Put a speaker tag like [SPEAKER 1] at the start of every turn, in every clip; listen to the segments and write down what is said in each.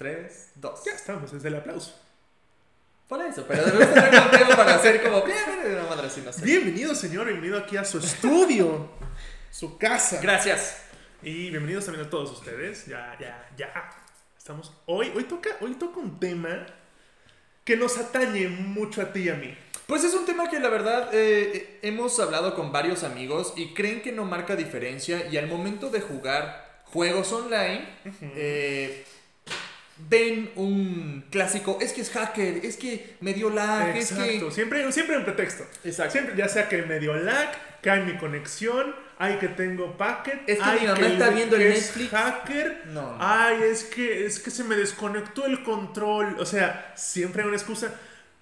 [SPEAKER 1] 3, 2.
[SPEAKER 2] Ya estamos, es el aplauso.
[SPEAKER 1] Por eso, pero debemos tener un tema para hacer como bien, una madre así, no sé.
[SPEAKER 2] Bienvenido, señor, bienvenido aquí a su estudio, su casa.
[SPEAKER 1] Gracias.
[SPEAKER 2] Y bienvenidos también a todos ustedes. Ya. Estamos. Hoy toca un tema que nos atañe mucho a ti y a mí.
[SPEAKER 1] Pues es un tema que la verdad hemos hablado con varios amigos y creen que no marca diferencia, y al momento de jugar juegos online, ven un clásico, es que es hacker, es que me dio lag,
[SPEAKER 2] Exacto,
[SPEAKER 1] es que...
[SPEAKER 2] siempre un pretexto.
[SPEAKER 1] Exacto.
[SPEAKER 2] Siempre, ya sea que me dio lag, cae mi conexión, ay que tengo packet,
[SPEAKER 1] Es que
[SPEAKER 2] ay
[SPEAKER 1] mi mamá está viendo el
[SPEAKER 2] que
[SPEAKER 1] Netflix.
[SPEAKER 2] Es hacker,
[SPEAKER 1] No.
[SPEAKER 2] Ay, es que se me desconectó el control. O sea, siempre hay una excusa.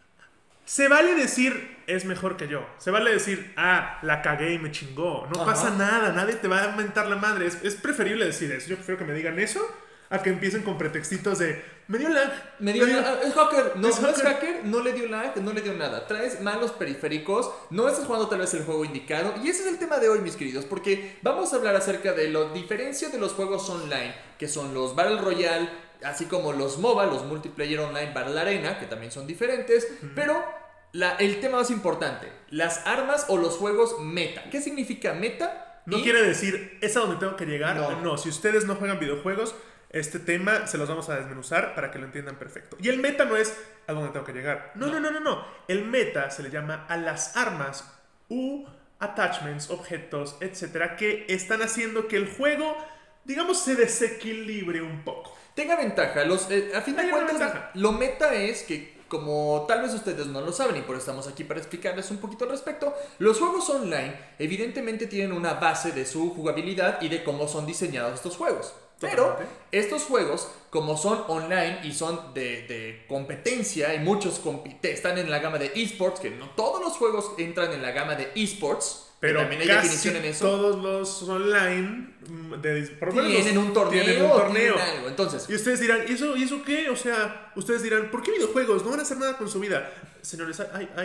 [SPEAKER 2] Se vale decir, es mejor que yo. Se vale decir, la cagué y me chingó. No pasa nada, nadie te va a mentar la madre. Es preferible decir eso. Yo prefiero que me digan eso a que empiecen con pretextitos de, me dio lag.
[SPEAKER 1] Es hacker. No,
[SPEAKER 2] es
[SPEAKER 1] no es hacker, no le dio lag, no le dio nada. Traes malos periféricos, no estás jugando tal vez el juego indicado. Y ese es el tema de hoy, mis queridos, porque vamos a hablar acerca de la diferencia de los juegos online, que son los Battle Royale, así como los MOBA, los Multiplayer Online Battle Arena, que también son diferentes, pero el tema más importante, las armas o los juegos meta. ¿Qué significa meta?
[SPEAKER 2] No quiere decir, es a donde tengo que llegar.
[SPEAKER 1] No,
[SPEAKER 2] si ustedes no juegan videojuegos, este tema se los vamos a desmenuzar para que lo entiendan perfecto. Y el meta no es a dónde tengo que llegar. No. El meta se le llama a las armas u attachments, objetos, etcétera, que están haciendo que el juego, digamos, se desequilibre un poco.
[SPEAKER 1] Tenga ventaja. A fin de cuentas, lo meta es que, como tal vez ustedes no lo saben y por eso estamos aquí para explicarles un poquito al respecto, los juegos online evidentemente tienen una base de su jugabilidad y de cómo son diseñados estos juegos. Pero estos juegos, como son online y son de competencia, y muchos están en la gama de esports, que no todos los juegos entran en la gama de esports,
[SPEAKER 2] pero
[SPEAKER 1] también hay
[SPEAKER 2] casi
[SPEAKER 1] definición en eso.
[SPEAKER 2] Todos los online
[SPEAKER 1] tienen un torneo. Tienen algo. Entonces,
[SPEAKER 2] y ustedes dirán, ¿y eso qué? O sea, ustedes dirán, ¿por qué videojuegos? No van a hacer nada con su vida. Señores,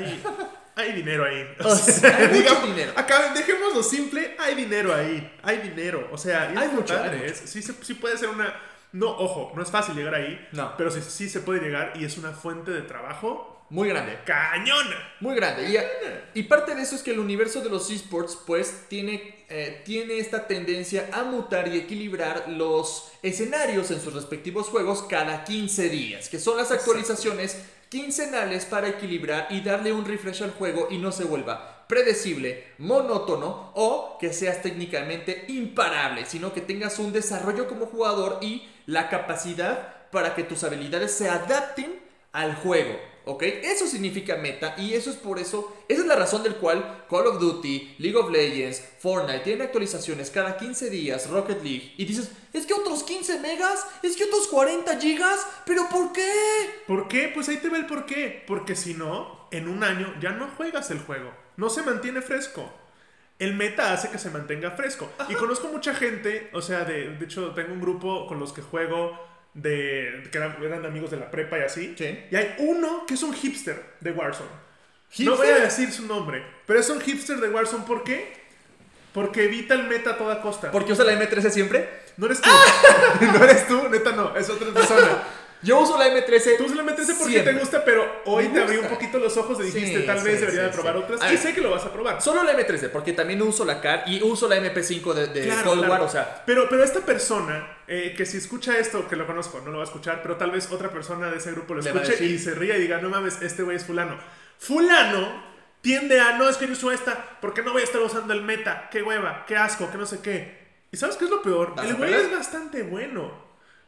[SPEAKER 2] hay dinero ahí.
[SPEAKER 1] O sea, hay mucho dinero.
[SPEAKER 2] Dejémoslo simple, hay dinero ahí. Hay dinero. O sea,
[SPEAKER 1] hay mucho.
[SPEAKER 2] Sí puede ser una... No, ojo, no es fácil llegar ahí.
[SPEAKER 1] No.
[SPEAKER 2] Pero sí se puede llegar y es una fuente de trabajo
[SPEAKER 1] muy grande.
[SPEAKER 2] ¡Cañona!
[SPEAKER 1] Muy grande. Y parte de eso es que el universo de los esports pues tiene esta tendencia a mutar y equilibrar los escenarios en sus respectivos juegos cada 15 días, que son las actualizaciones quincenales para equilibrar y darle un refresh al juego y no se vuelva predecible, monótono o que seas técnicamente imparable, sino que tengas un desarrollo como jugador y la capacidad para que tus habilidades se adapten al juego. ¿Ok? Eso significa meta, y eso es por eso, esa es la razón del cual Call of Duty, League of Legends, Fortnite tienen actualizaciones cada 15 días, Rocket League, y dices, es que otros 15 megas, es que otros 40 gigas, ¿pero por qué?
[SPEAKER 2] ¿Por qué? Pues ahí te va el por qué. Porque si no, en un año ya no juegas el juego, no se mantiene fresco. El meta hace que se mantenga fresco. Ajá. Y conozco mucha gente, o sea, de hecho tengo un grupo con los que juego que eran amigos de la prepa y así.
[SPEAKER 1] Sí.
[SPEAKER 2] Y hay uno que es un hipster de Warzone.
[SPEAKER 1] ¿Hipster?
[SPEAKER 2] No voy a decir su nombre, pero es un hipster de Warzone. ¿Por qué? Porque evita el meta a toda costa.
[SPEAKER 1] ¿Porque usa la M13 siempre?
[SPEAKER 2] No eres tú. No eres tú, neta no, es otra persona.
[SPEAKER 1] Yo uso la M13.
[SPEAKER 2] Tú usas la M13 porque te gusta, pero hoy te abrí un poquito los ojos y dijiste, tal vez debería de probar otras. Y sé que lo vas a probar.
[SPEAKER 1] Solo la M13, porque también uso la CAR y uso la MP5 de Cold War, o sea.
[SPEAKER 2] Pero esta persona, que si escucha esto, que lo conozco, no lo va a escuchar, pero tal vez otra persona de ese grupo lo escuche y se ría y diga, no mames, este güey es fulano. Fulano tiende a, no, es que yo uso esta, porque no voy a estar usando el meta, qué hueva, qué asco, qué no sé qué. ¿Y sabes qué es lo peor? El güey es bastante bueno.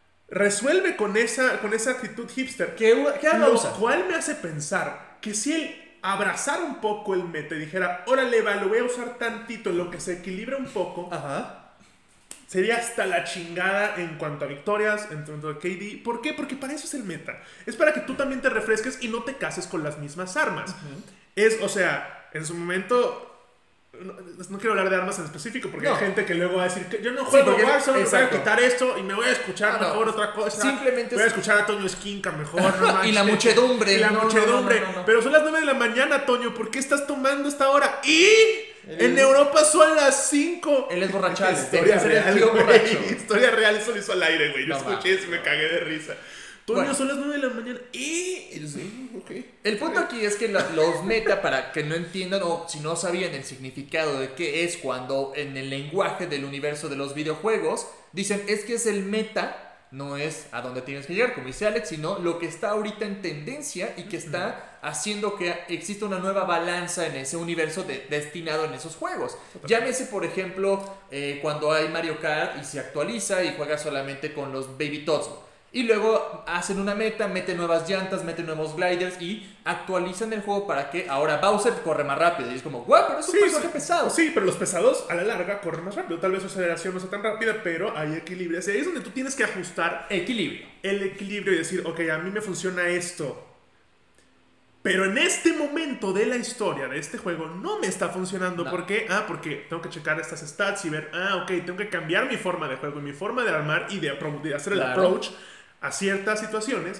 [SPEAKER 2] Resuelve con esa actitud hipster. Lo cual me hace pensar que si él abrazara un poco el meta y dijera, órale, va, lo voy a usar tantito en lo que se equilibra un poco, sería hasta la chingada en cuanto a victorias, en cuanto a KD. ¿Por qué? Porque para eso es el meta. Es para que tú también te refresques y no te cases con las mismas armas. O sea, en su momento... No quiero hablar de armas en específico porque hay gente que luego va a decir que yo no juego Warzone, voy a quitar esto y me voy a escuchar mejor otra cosa.
[SPEAKER 1] Simplemente
[SPEAKER 2] voy a escuchar a Toño Esquinca mejor. No
[SPEAKER 1] y la muchedumbre.
[SPEAKER 2] No. Pero son las 9 de la mañana, Toño. ¿Por qué estás tomando esta hora? En Europa son las 5.
[SPEAKER 1] Él es borrachal.
[SPEAKER 2] Historia real, eso lo hizo al aire, güey. Yo escuché eso y me cagué de risa. Toño,
[SPEAKER 1] Bueno.
[SPEAKER 2] son las 9 de la mañana. Sí, ok.
[SPEAKER 1] El punto aquí es que los meta, para que no entiendan o si no sabían el significado de qué es cuando en el lenguaje del universo de los videojuegos dicen es que es el meta, no es a dónde tienes que llegar, como dice Alex, sino lo que está ahorita en tendencia y que está haciendo que exista una nueva balanza en ese universo destinado en esos juegos. Llámese, por ejemplo, cuando hay Mario Kart y se actualiza y juega solamente con los Baby Tots. Y luego hacen una meta, meten nuevas llantas, meten nuevos gliders y actualizan el juego para que ahora Bowser corre más rápido. Y es como, guau, pero es un personaje pesado.
[SPEAKER 2] Sí, pero los pesados a la larga corren más rápido. Tal vez su aceleración no sea tan rápida, pero hay equilibrio. Y ahí es donde tú tienes que ajustar
[SPEAKER 1] Equilibrio.
[SPEAKER 2] el equilibrio y decir, ok, a mí me funciona esto. Pero en este momento de la historia de este juego no me está funcionando.
[SPEAKER 1] No.
[SPEAKER 2] ¿Por qué? Porque tengo que checar estas stats y ver, ok, tengo que cambiar mi forma de juego y mi forma de armar y de hacer el approach a ciertas situaciones.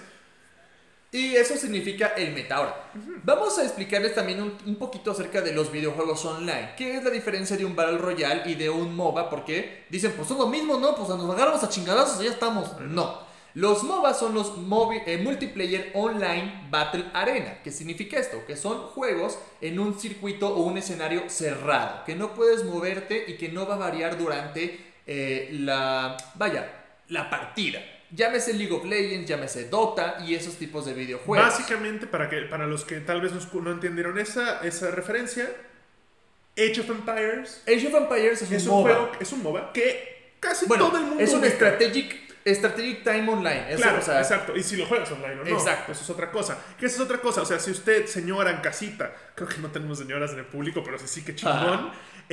[SPEAKER 1] Y eso significa el meta. Ahora, vamos a explicarles también un poquito acerca de los videojuegos online. ¿Qué es la diferencia de un Battle Royale y de un MOBA? Porque dicen, pues son lo mismo, ¿no? Pues nos agarramos a chingadazos y ya estamos. No. Los MOBA son los Multiplayer Online Battle Arena. ¿Qué significa esto? Que son juegos en un circuito o un escenario cerrado, que no puedes moverte y que no va a variar durante la partida. Llámese League of Legends, llámese Dota y esos tipos de videojuegos.
[SPEAKER 2] Básicamente, para los que tal vez no entendieron esa referencia, Age of Empires.
[SPEAKER 1] Age of Empires es un MOBA.
[SPEAKER 2] Juego, es un MOBA que casi todo el mundo
[SPEAKER 1] es un
[SPEAKER 2] ubica.
[SPEAKER 1] Strategic Time Online. Eso,
[SPEAKER 2] claro,
[SPEAKER 1] o sea,
[SPEAKER 2] exacto. Y si lo juegas online o no.
[SPEAKER 1] Exacto.
[SPEAKER 2] Eso es otra cosa. ¿Qué es otra cosa? O sea, si usted, señora en casita, creo que no tenemos señoras en el público, pero sí que chingón.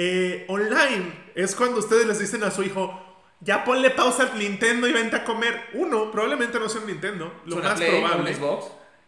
[SPEAKER 2] Online es cuando ustedes les dicen a su hijo, ya ponle pausa al Nintendo y vente a comer. Uno, probablemente no sea un Nintendo. Lo más
[SPEAKER 1] Play,
[SPEAKER 2] probable.
[SPEAKER 1] un Xbox.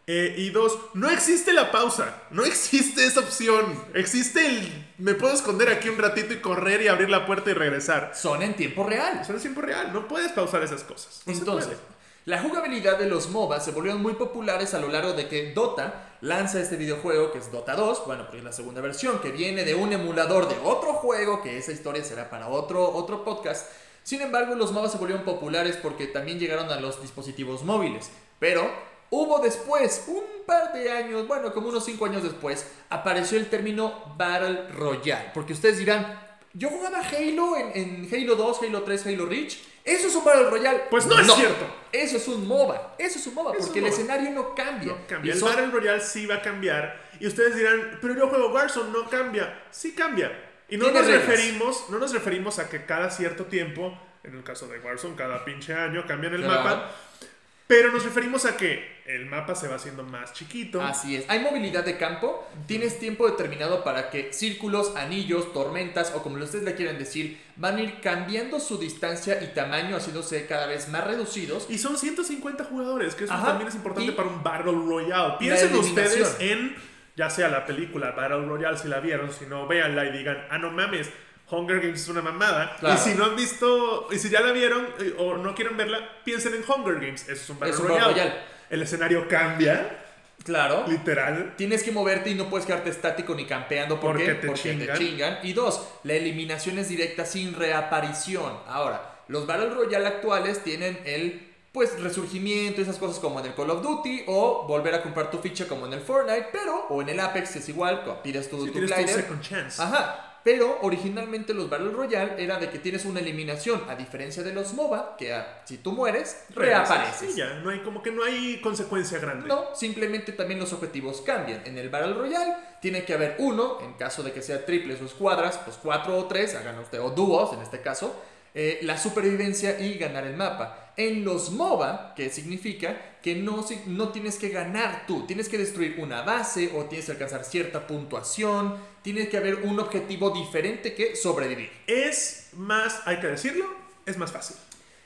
[SPEAKER 2] Y dos, no existe la pausa. No existe esa opción. Existe me puedo esconder aquí un ratito y correr y abrir la puerta y regresar.
[SPEAKER 1] Son en tiempo real.
[SPEAKER 2] Son en tiempo real. No puedes pausar esas cosas. No
[SPEAKER 1] Entonces, la jugabilidad de los MOBA se volvieron muy populares a lo largo de que Dota lanza este videojuego que es Dota 2. Bueno, pues es la segunda versión que viene de un emulador de otro juego, que esa historia será para otro podcast. Sin embargo, los MOBA se volvieron populares porque también llegaron a los dispositivos móviles. Pero hubo después, un par de años, bueno, como unos 5 años después, apareció el término Battle Royale. Porque ustedes dirán, yo jugaba Halo en Halo 2, Halo 3, Halo Reach. ¿Eso es un Battle Royale?
[SPEAKER 2] Pues no es cierto.
[SPEAKER 1] Eso es un MOBA. Eso es un MOBA porque el escenario no cambia.
[SPEAKER 2] No cambia. El Battle Royale sí va a cambiar. Y ustedes dirán, pero yo juego Warzone, no cambia. Sí cambia. Y no nos referimos a que cada cierto tiempo, en el caso de Warzone, cada pinche año cambian el mapa. Pero nos referimos a que el mapa se va haciendo más chiquito.
[SPEAKER 1] Así es. Hay movilidad de campo. Tienes tiempo determinado para que círculos, anillos, tormentas o como ustedes le quieran decir, van a ir cambiando su distancia y tamaño, haciéndose cada vez más reducidos.
[SPEAKER 2] Y son 150 jugadores, que eso también es importante para un Battle Royale. Piensen ustedes en, ya sea la película Battle Royale, si la vieron, si no, véanla y digan, no mames, Hunger Games es una mamada. Claro. Y si no han visto, y si ya la vieron o no quieren verla, piensen en Hunger Games. Eso es un Battle Royale. El escenario cambia.
[SPEAKER 1] Claro.
[SPEAKER 2] Literal.
[SPEAKER 1] Tienes que moverte y no puedes quedarte estático ni campeando. Porque te chingan. Y dos, la eliminación es directa sin reaparición. Ahora, los Battle Royale actuales tienen el resurgimiento, esas cosas como en el Call of Duty o volver a comprar tu ficha como en el Fortnite, o en el Apex es igual, pides tu glider.
[SPEAKER 2] Tu second chance.
[SPEAKER 1] Ajá. Pero originalmente los Battle Royale era de que tienes una eliminación, a diferencia de los MOBA, que si tú mueres, reapareces.
[SPEAKER 2] Sí, ya, no hay consecuencia grande.
[SPEAKER 1] No, simplemente también los objetivos cambian. En el Battle Royale tiene que haber uno, en caso de que sea triples o escuadras, pues 4 o 3, hagan usted, o dúos en este caso, la supervivencia y ganar el mapa. En los MOBA, que significa que no tienes que ganar tú, tienes que destruir una base o tienes que alcanzar cierta puntuación, tiene que haber un objetivo diferente que sobrevivir.
[SPEAKER 2] Es más, hay que decirlo, es más fácil.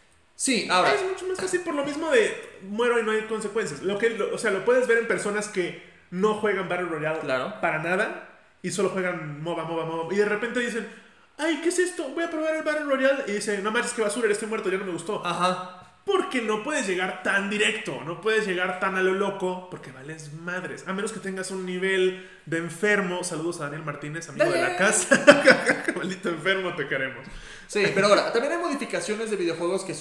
[SPEAKER 1] Sí, ahora.
[SPEAKER 2] Es mucho más fácil por lo mismo de muero y no hay consecuencias. Lo puedes ver en personas que no juegan Battle Royale para nada y solo juegan MOBA. Y de repente dicen, ay, ¿qué es esto? Voy a probar el Battle Royale. Y dicen, no manches, que basura, estoy muerto, ya no me gustó.
[SPEAKER 1] Ajá.
[SPEAKER 2] Porque no puedes llegar tan directo, no puedes llegar tan a lo loco, porque vales madres. A menos que tengas un nivel de enfermo. Saludos a Daniel Martínez, amigo de la casa. Maldito enfermo, te queremos.
[SPEAKER 1] Sí, pero ahora, también hay modificaciones de videojuegos que son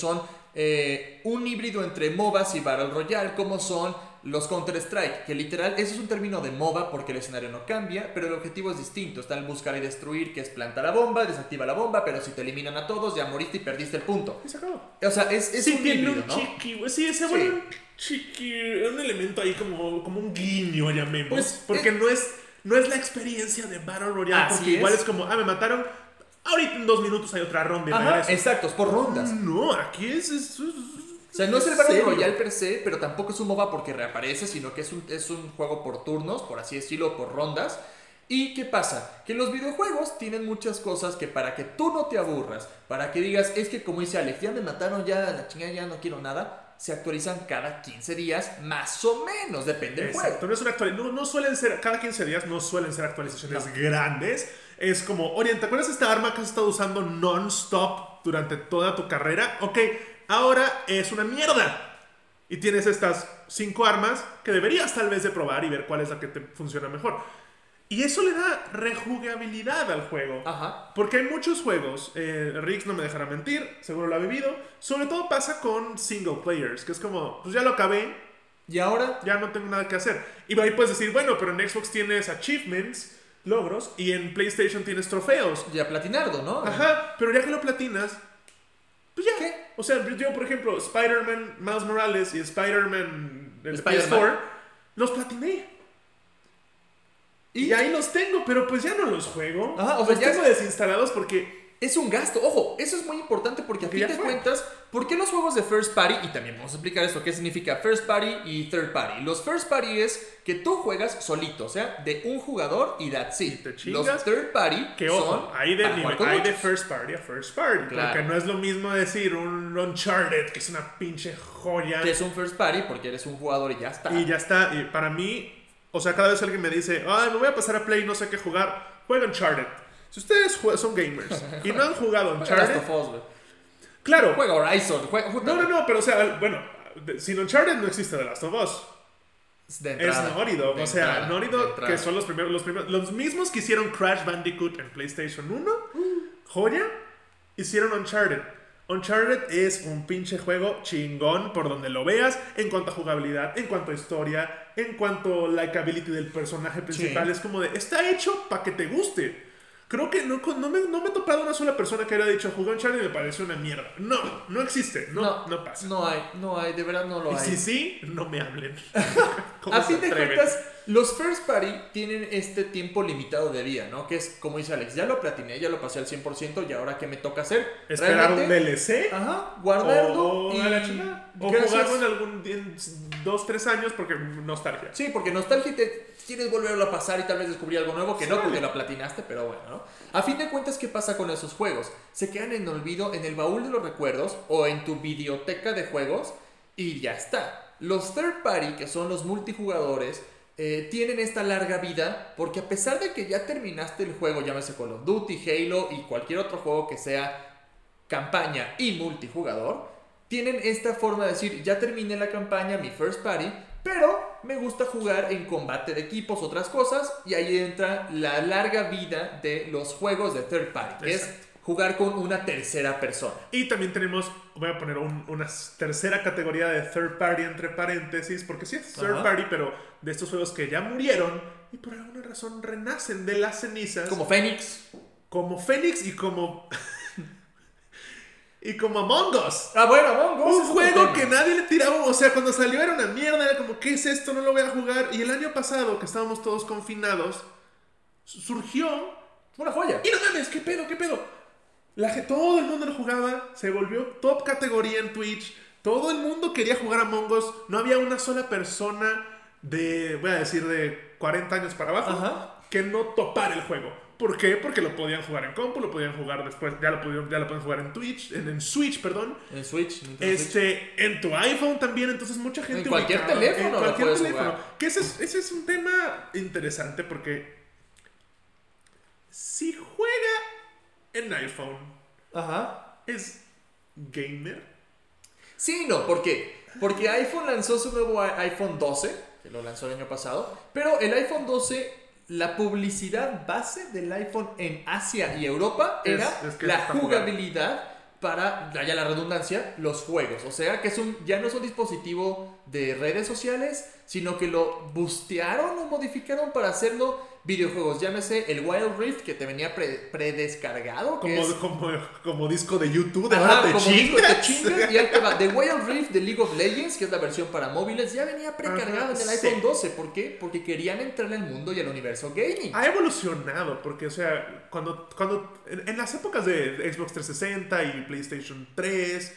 [SPEAKER 1] un híbrido entre MOBAs y Battle Royale, como son los Counter-Strike, que literal, eso es un término de MOBA porque el escenario no cambia, pero el objetivo es distinto. Está el buscar y destruir, que es planta la bomba, desactiva la bomba, pero si te eliminan a todos, ya moriste y perdiste el punto.
[SPEAKER 2] Y se acabó.
[SPEAKER 1] O sea, es
[SPEAKER 2] sí,
[SPEAKER 1] un híbrido, ¿no?
[SPEAKER 2] Sí, se vuelve un un elemento ahí como un guiño, llamemos.
[SPEAKER 1] Pues,
[SPEAKER 2] porque no es la experiencia de Battle Royale, porque igual es como, me mataron, ahorita en 2 minutos hay otra ronda y regreso.
[SPEAKER 1] Exacto, es por rondas.
[SPEAKER 2] No, aquí es
[SPEAKER 1] o sea, no es el Battle Royale per se, pero tampoco es un MOBA porque reaparece, sino que es un juego por turnos, por así decirlo, por rondas. ¿Y qué pasa? Que los videojuegos tienen muchas cosas que para que tú no te aburras, para que digas, es que como dice Alex, ya me mataron, ya la chingada, ya no quiero nada, se actualizan cada 15 días, más o menos, depende del juego.
[SPEAKER 2] No es una no suelen ser, cada 15 días no suelen ser actualizaciones grandes. Es como, oye, ¿te acuerdas de esta arma que has estado usando non-stop durante toda tu carrera? Ok, ahora es una mierda. Y tienes estas 5 armas que deberías tal vez de probar y ver cuál es la que te funciona mejor. Y eso le da rejugabilidad al juego.
[SPEAKER 1] Ajá.
[SPEAKER 2] Porque hay muchos juegos, Riggs no me dejará mentir, seguro lo ha vivido. Sobre todo pasa con single players, que es como, pues ya lo acabé.
[SPEAKER 1] ¿Y ahora?
[SPEAKER 2] Ya no tengo nada que hacer. Y ahí puedes decir, bueno, pero en Xbox tienes achievements, logros, y en PlayStation tienes trofeos.
[SPEAKER 1] Ya platinardo, ¿no?
[SPEAKER 2] Ajá, pero ya que lo platinas, pues ya.
[SPEAKER 1] ¿Qué?
[SPEAKER 2] O sea, yo, por ejemplo, Spider-Man, Miles Morales y Spider-Man el PS4, los platiné. Y ahí los tengo, pero pues ya no los juego.
[SPEAKER 1] Ajá, o sea,
[SPEAKER 2] los
[SPEAKER 1] ya
[SPEAKER 2] tengo desinstalados porque...
[SPEAKER 1] Es un gasto. Ojo, eso es muy importante porque a fin de cuentas, ¿por qué los juegos de First Party? Y también vamos a explicar esto, qué significa First Party y Third Party. Los First Party es que tú juegas solito, o sea, de un jugador y that's it.
[SPEAKER 2] Los
[SPEAKER 1] Third Party
[SPEAKER 2] que ojo,
[SPEAKER 1] son
[SPEAKER 2] hay de First Party a First Party. Claro. Porque no es lo mismo decir un Uncharted, que es una pinche joya.
[SPEAKER 1] Que es un First Party porque eres un jugador y ya está.
[SPEAKER 2] Y ya está. Y para mí... O sea, cada vez alguien me dice, me voy a pasar a Play, no sé qué jugar, juega Uncharted. Si ustedes son gamers y no han jugado Uncharted...
[SPEAKER 1] Last of Us,
[SPEAKER 2] claro.
[SPEAKER 1] Juega Horizon.
[SPEAKER 2] No, pero o sea, bueno, sin Uncharted no existe The Last of Us. Es Naughty Dog. O sea, Naughty Dog, que son los mismos que hicieron Crash Bandicoot en PlayStation 1, joya, hicieron Uncharted. Uncharted es un pinche juego chingón por donde lo veas, en cuanto a jugabilidad, en cuanto a historia, en cuanto a likability del personaje principal. Sí. Es como de, está hecho para que te guste. Creo que no me he topado una sola persona que haya dicho, jugué Uncharted y me pareció una mierda. No existe, no pasa.
[SPEAKER 1] No hay, de verdad no lo hay.
[SPEAKER 2] Y si sí, no me hablen.
[SPEAKER 1] A fin de cuentas, los First Party tienen este tiempo limitado de vida, ¿no? Que es, como dice Alex, ya lo platiné, ya lo pasé al 100% y ahora ¿qué me toca hacer?
[SPEAKER 2] Esperar un DLC.
[SPEAKER 1] Ajá, guardarlo
[SPEAKER 2] o jugarlo en 2-3 años porque nostalgia.
[SPEAKER 1] Sí, porque nostalgia te quieres volverlo a pasar y tal vez descubrir algo nuevo que no porque lo platinaste, pero bueno, ¿no? A fin de cuentas, ¿qué pasa con esos juegos? Se quedan en olvido en el baúl de los recuerdos o en tu videoteca de juegos y ya está. Los third party, que son los multijugadores, tienen esta larga vida porque a pesar de que ya terminaste el juego, llámese Call of Duty, Halo y cualquier otro juego que sea campaña y multijugador, tienen esta forma de decir, ya terminé la campaña, mi first party, pero me gusta jugar en combate de equipos, otras cosas, y ahí entra la larga vida de los juegos de third party, que es jugar con una tercera persona.
[SPEAKER 2] Y también tenemos, voy a poner una tercera categoría de third party entre paréntesis, porque sí es third party, pero de estos juegos que ya murieron y por alguna razón renacen de las cenizas.
[SPEAKER 1] Como Phoenix.
[SPEAKER 2] Y como... Y como Among Us.
[SPEAKER 1] Bueno, Among Us.
[SPEAKER 2] Un juego que nadie le tiraba. O sea, cuando salió era una mierda. Era como, ¿qué es esto? No lo voy a jugar. Y el año pasado, que estábamos todos confinados, surgió
[SPEAKER 1] una joya.
[SPEAKER 2] Y no mames, ¿qué pedo? Todo el mundo lo jugaba. Se volvió top categoría en Twitch. Todo el mundo quería jugar Among Us. No había una sola persona voy a decir, de 40 años para abajo, que no topara el juego. ¿Por qué? Porque lo podían jugar en compu, lo podían jugar después, ya lo pueden jugar en Twitch, en Switch, perdón.
[SPEAKER 1] En Switch.
[SPEAKER 2] En tu iPhone también, entonces mucha gente...
[SPEAKER 1] En cualquier teléfono.
[SPEAKER 2] En cualquier teléfono. Que ese es un tema interesante porque si juega en iPhone, ¿es gamer?
[SPEAKER 1] Sí, no, ¿por qué? Porque iPhone lanzó su nuevo iPhone 12, que lo lanzó el año pasado, pero el iPhone 12... La publicidad base del iPhone en Asia y Europa era la jugabilidad para, ya la redundancia, los juegos. O sea, que ya no es un dispositivo de redes sociales, sino que lo bustearon o modificaron para hacerlo videojuegos. Llámese el Wild Rift, que te venía predescargado.
[SPEAKER 2] Como disco de YouTube, de
[SPEAKER 1] ajá,
[SPEAKER 2] te
[SPEAKER 1] como
[SPEAKER 2] chingas.
[SPEAKER 1] disco, te chingas. Y ahí te va. The Wild Rift de League of Legends, que es la versión para móviles, ya venía precargado en el iPhone 12. ¿Por qué? Porque querían entrarle al mundo y al universo gaming.
[SPEAKER 2] Ha evolucionado, porque, o sea, cuando en las épocas de Xbox 360 y PlayStation 3,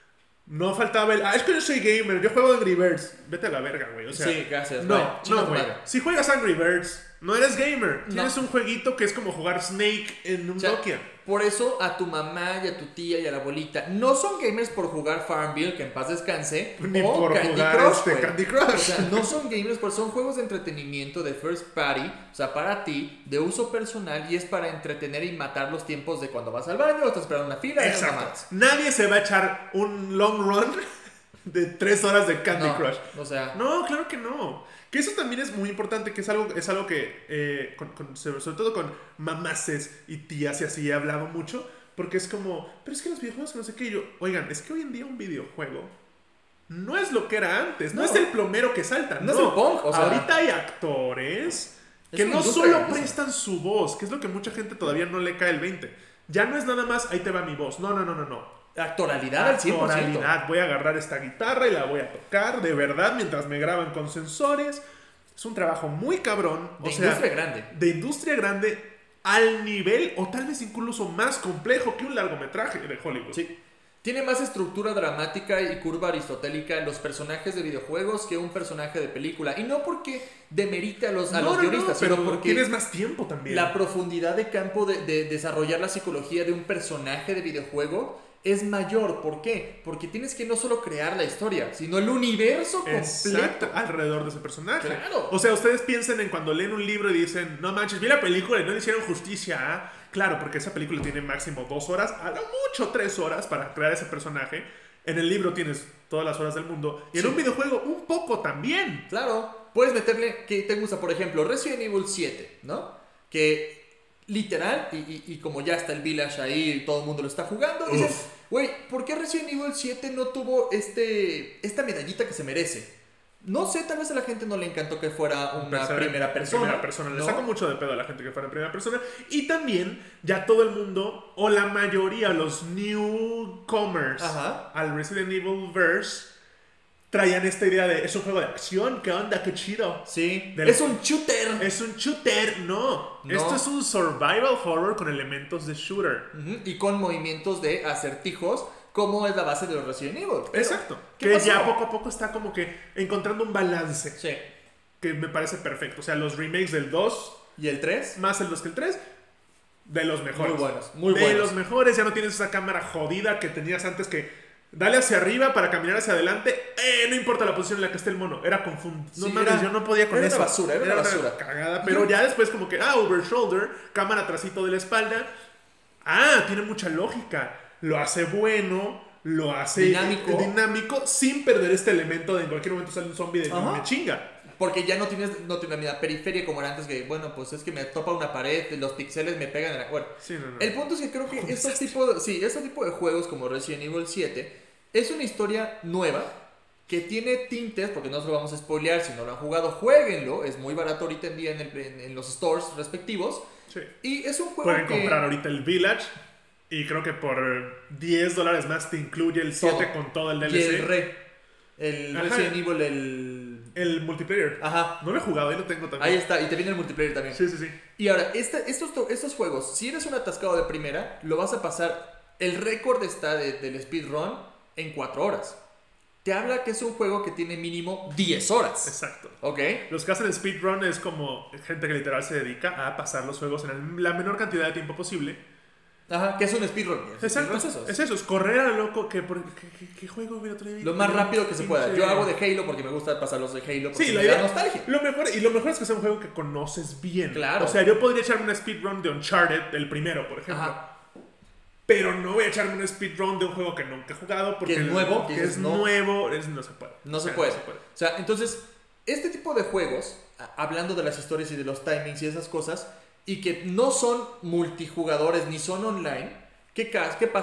[SPEAKER 2] no faltaba es que yo soy gamer, yo juego Angry Birds. Vete a la verga, güey. O sea,
[SPEAKER 1] sí, gracias.
[SPEAKER 2] No, güey. Si juegas Angry Birds, no eres gamer. Tienes un jueguito que es como jugar Snake en un Nokia.
[SPEAKER 1] Por eso a tu mamá y a tu tía y a la abuelita no son gamers por jugar Farmville, que en paz descanse,
[SPEAKER 2] ni
[SPEAKER 1] o
[SPEAKER 2] por
[SPEAKER 1] Candy
[SPEAKER 2] jugar
[SPEAKER 1] Crush,
[SPEAKER 2] Candy Crush.
[SPEAKER 1] O sea, no son gamers, porque son juegos de entretenimiento de first party, o sea, para ti, de uso personal, y es para entretener y matar los tiempos de cuando vas al baño o estás esperando una fila.
[SPEAKER 2] Exacto. Nadie se va a echar un long run de 3 horas de Candy Crush.
[SPEAKER 1] O sea,
[SPEAKER 2] no, claro que no. Que eso también es muy importante, que es algo que sobre todo con mamaces y tías y así he hablado mucho, porque es como, pero es que los videojuegos no sé qué, y yo, oigan, es que hoy en día un videojuego no es lo que era antes, no es el plomero que salta,
[SPEAKER 1] no es el punk, o sea,
[SPEAKER 2] ahorita hay actores que no solo prestan su voz, que es lo que mucha gente todavía no le cae el 20, ya no es nada más, ahí te va mi voz, no.
[SPEAKER 1] Actoralidad al 100%.
[SPEAKER 2] Actoralidad. Voy a agarrar esta guitarra y la voy a tocar de verdad mientras me graban con sensores. Es un trabajo muy cabrón.
[SPEAKER 1] Industria grande.
[SPEAKER 2] De industria grande al nivel o tal vez incluso más complejo que un largometraje de Hollywood.
[SPEAKER 1] Sí. Tiene más estructura dramática y curva aristotélica en los personajes de videojuegos que un personaje de película. Y no porque demerite a los guionistas,
[SPEAKER 2] pero
[SPEAKER 1] sino porque
[SPEAKER 2] tienes más tiempo también.
[SPEAKER 1] La profundidad de campo de desarrollar la psicología de un personaje de videojuego es mayor. ¿Por qué? Porque tienes que no solo crear la historia, sino el universo completo
[SPEAKER 2] alrededor de ese personaje.
[SPEAKER 1] Claro.
[SPEAKER 2] O sea, ustedes piensen en cuando leen un libro y dicen, no manches, vi la película y no le hicieron justicia. Claro, porque esa película tiene máximo 2 horas, a lo mucho 3 horas para crear ese personaje. En el libro tienes todas las horas del mundo. Y en un videojuego un poco también.
[SPEAKER 1] Clao, puedes meterle, que te gusta, por ejemplo, Resident Evil 7, ¿no? Que literal, y como ya está el Village ahí y todo el mundo lo está jugando, dices, güey, ¿por qué Resident Evil 7 no tuvo esta medallita que se merece? No sé, tal vez a la gente no le encantó que fuera una primera persona.
[SPEAKER 2] ¿no? Le saco mucho de pedo a la gente que fuera en primera persona. Y también, ya todo el mundo, o la mayoría, los newcomers al Resident Evil verse, traían esta idea de, es un juego de acción, ¿qué onda? ¡Qué chido!
[SPEAKER 1] Sí, es un shooter.
[SPEAKER 2] Es un shooter, no. Esto es un survival horror con elementos de shooter.
[SPEAKER 1] Y con movimientos de acertijos, como es la base de los Resident Evil.
[SPEAKER 2] Exacto. Que pasó? Ya poco a poco está como que encontrando un balance.
[SPEAKER 1] Sí.
[SPEAKER 2] Que me parece perfecto. O sea, los remakes del 2
[SPEAKER 1] y el 3,
[SPEAKER 2] más el 2 que el 3, de los mejores.
[SPEAKER 1] Muy buenos.
[SPEAKER 2] De los mejores. Ya no tienes esa cámara jodida que tenías antes que dale hacia arriba para caminar hacia adelante. No importa la posición en la que esté el mono. Era confundido.
[SPEAKER 1] Sí, yo no podía con eso.
[SPEAKER 2] Era una basura. Cagada. Pero ya después como que, over shoulder, cámara trasito de la espalda. Tiene mucha lógica. Lo hace bueno, lo hace dinámico sin perder este elemento de en cualquier momento sale un zombie de me chinga.
[SPEAKER 1] Porque ya no tiene una periferia como era antes, que bueno, pues es que me topa una pared, los píxeles me pegan en la... Bueno,
[SPEAKER 2] sí, no.
[SPEAKER 1] El punto es que creo que este tipo de juegos como Resident Evil 7 es una historia nueva que tiene tintes, porque no se lo vamos a spoilear, si no lo han jugado, jueguenlo, es muy barato ahorita en día en los stores respectivos.
[SPEAKER 2] Sí.
[SPEAKER 1] Y es un juego
[SPEAKER 2] Pueden comprar ahorita el Village. Y creo que por $10 más te incluye el 7 con todo el DLC.
[SPEAKER 1] Y el Resident Evil,
[SPEAKER 2] el multiplayer.
[SPEAKER 1] Ajá.
[SPEAKER 2] No lo he jugado, ahí lo tengo también.
[SPEAKER 1] Ahí está, y te viene el multiplayer también.
[SPEAKER 2] Sí.
[SPEAKER 1] Y ahora, estos juegos, si eres un atascado de primera, lo vas a pasar. El récord está del speedrun en 4 horas. Te habla que es un juego que tiene mínimo 10 horas.
[SPEAKER 2] Exacto.
[SPEAKER 1] ¿Ok?
[SPEAKER 2] Los que hacen speedrun es como gente que literal se dedica a pasar los juegos en la menor cantidad de tiempo posible.
[SPEAKER 1] Ajá, que es un speedrun.
[SPEAKER 2] Exacto, es eso, es correr a lo loco. ¿Qué juego hubiera traído?
[SPEAKER 1] Lo más rápido que se pueda. Yo hago de Halo porque me gusta pasar los de Halo porque
[SPEAKER 2] me
[SPEAKER 1] da nostalgia.
[SPEAKER 2] Lo mejor es que sea un juego que conoces bien.
[SPEAKER 1] Claro.
[SPEAKER 2] O sea, yo podría echarme una speedrun de Uncharted, el primero, por ejemplo.
[SPEAKER 1] Ajá.
[SPEAKER 2] Pero no voy a echarme una speedrun de un juego que nunca he jugado porque
[SPEAKER 1] que es nuevo.
[SPEAKER 2] No se puede.
[SPEAKER 1] No se puede. O sea, entonces, este tipo de juegos, hablando de las historias y de los timings y esas cosas, y que no son multijugadores ni son online, ¿qué pasa?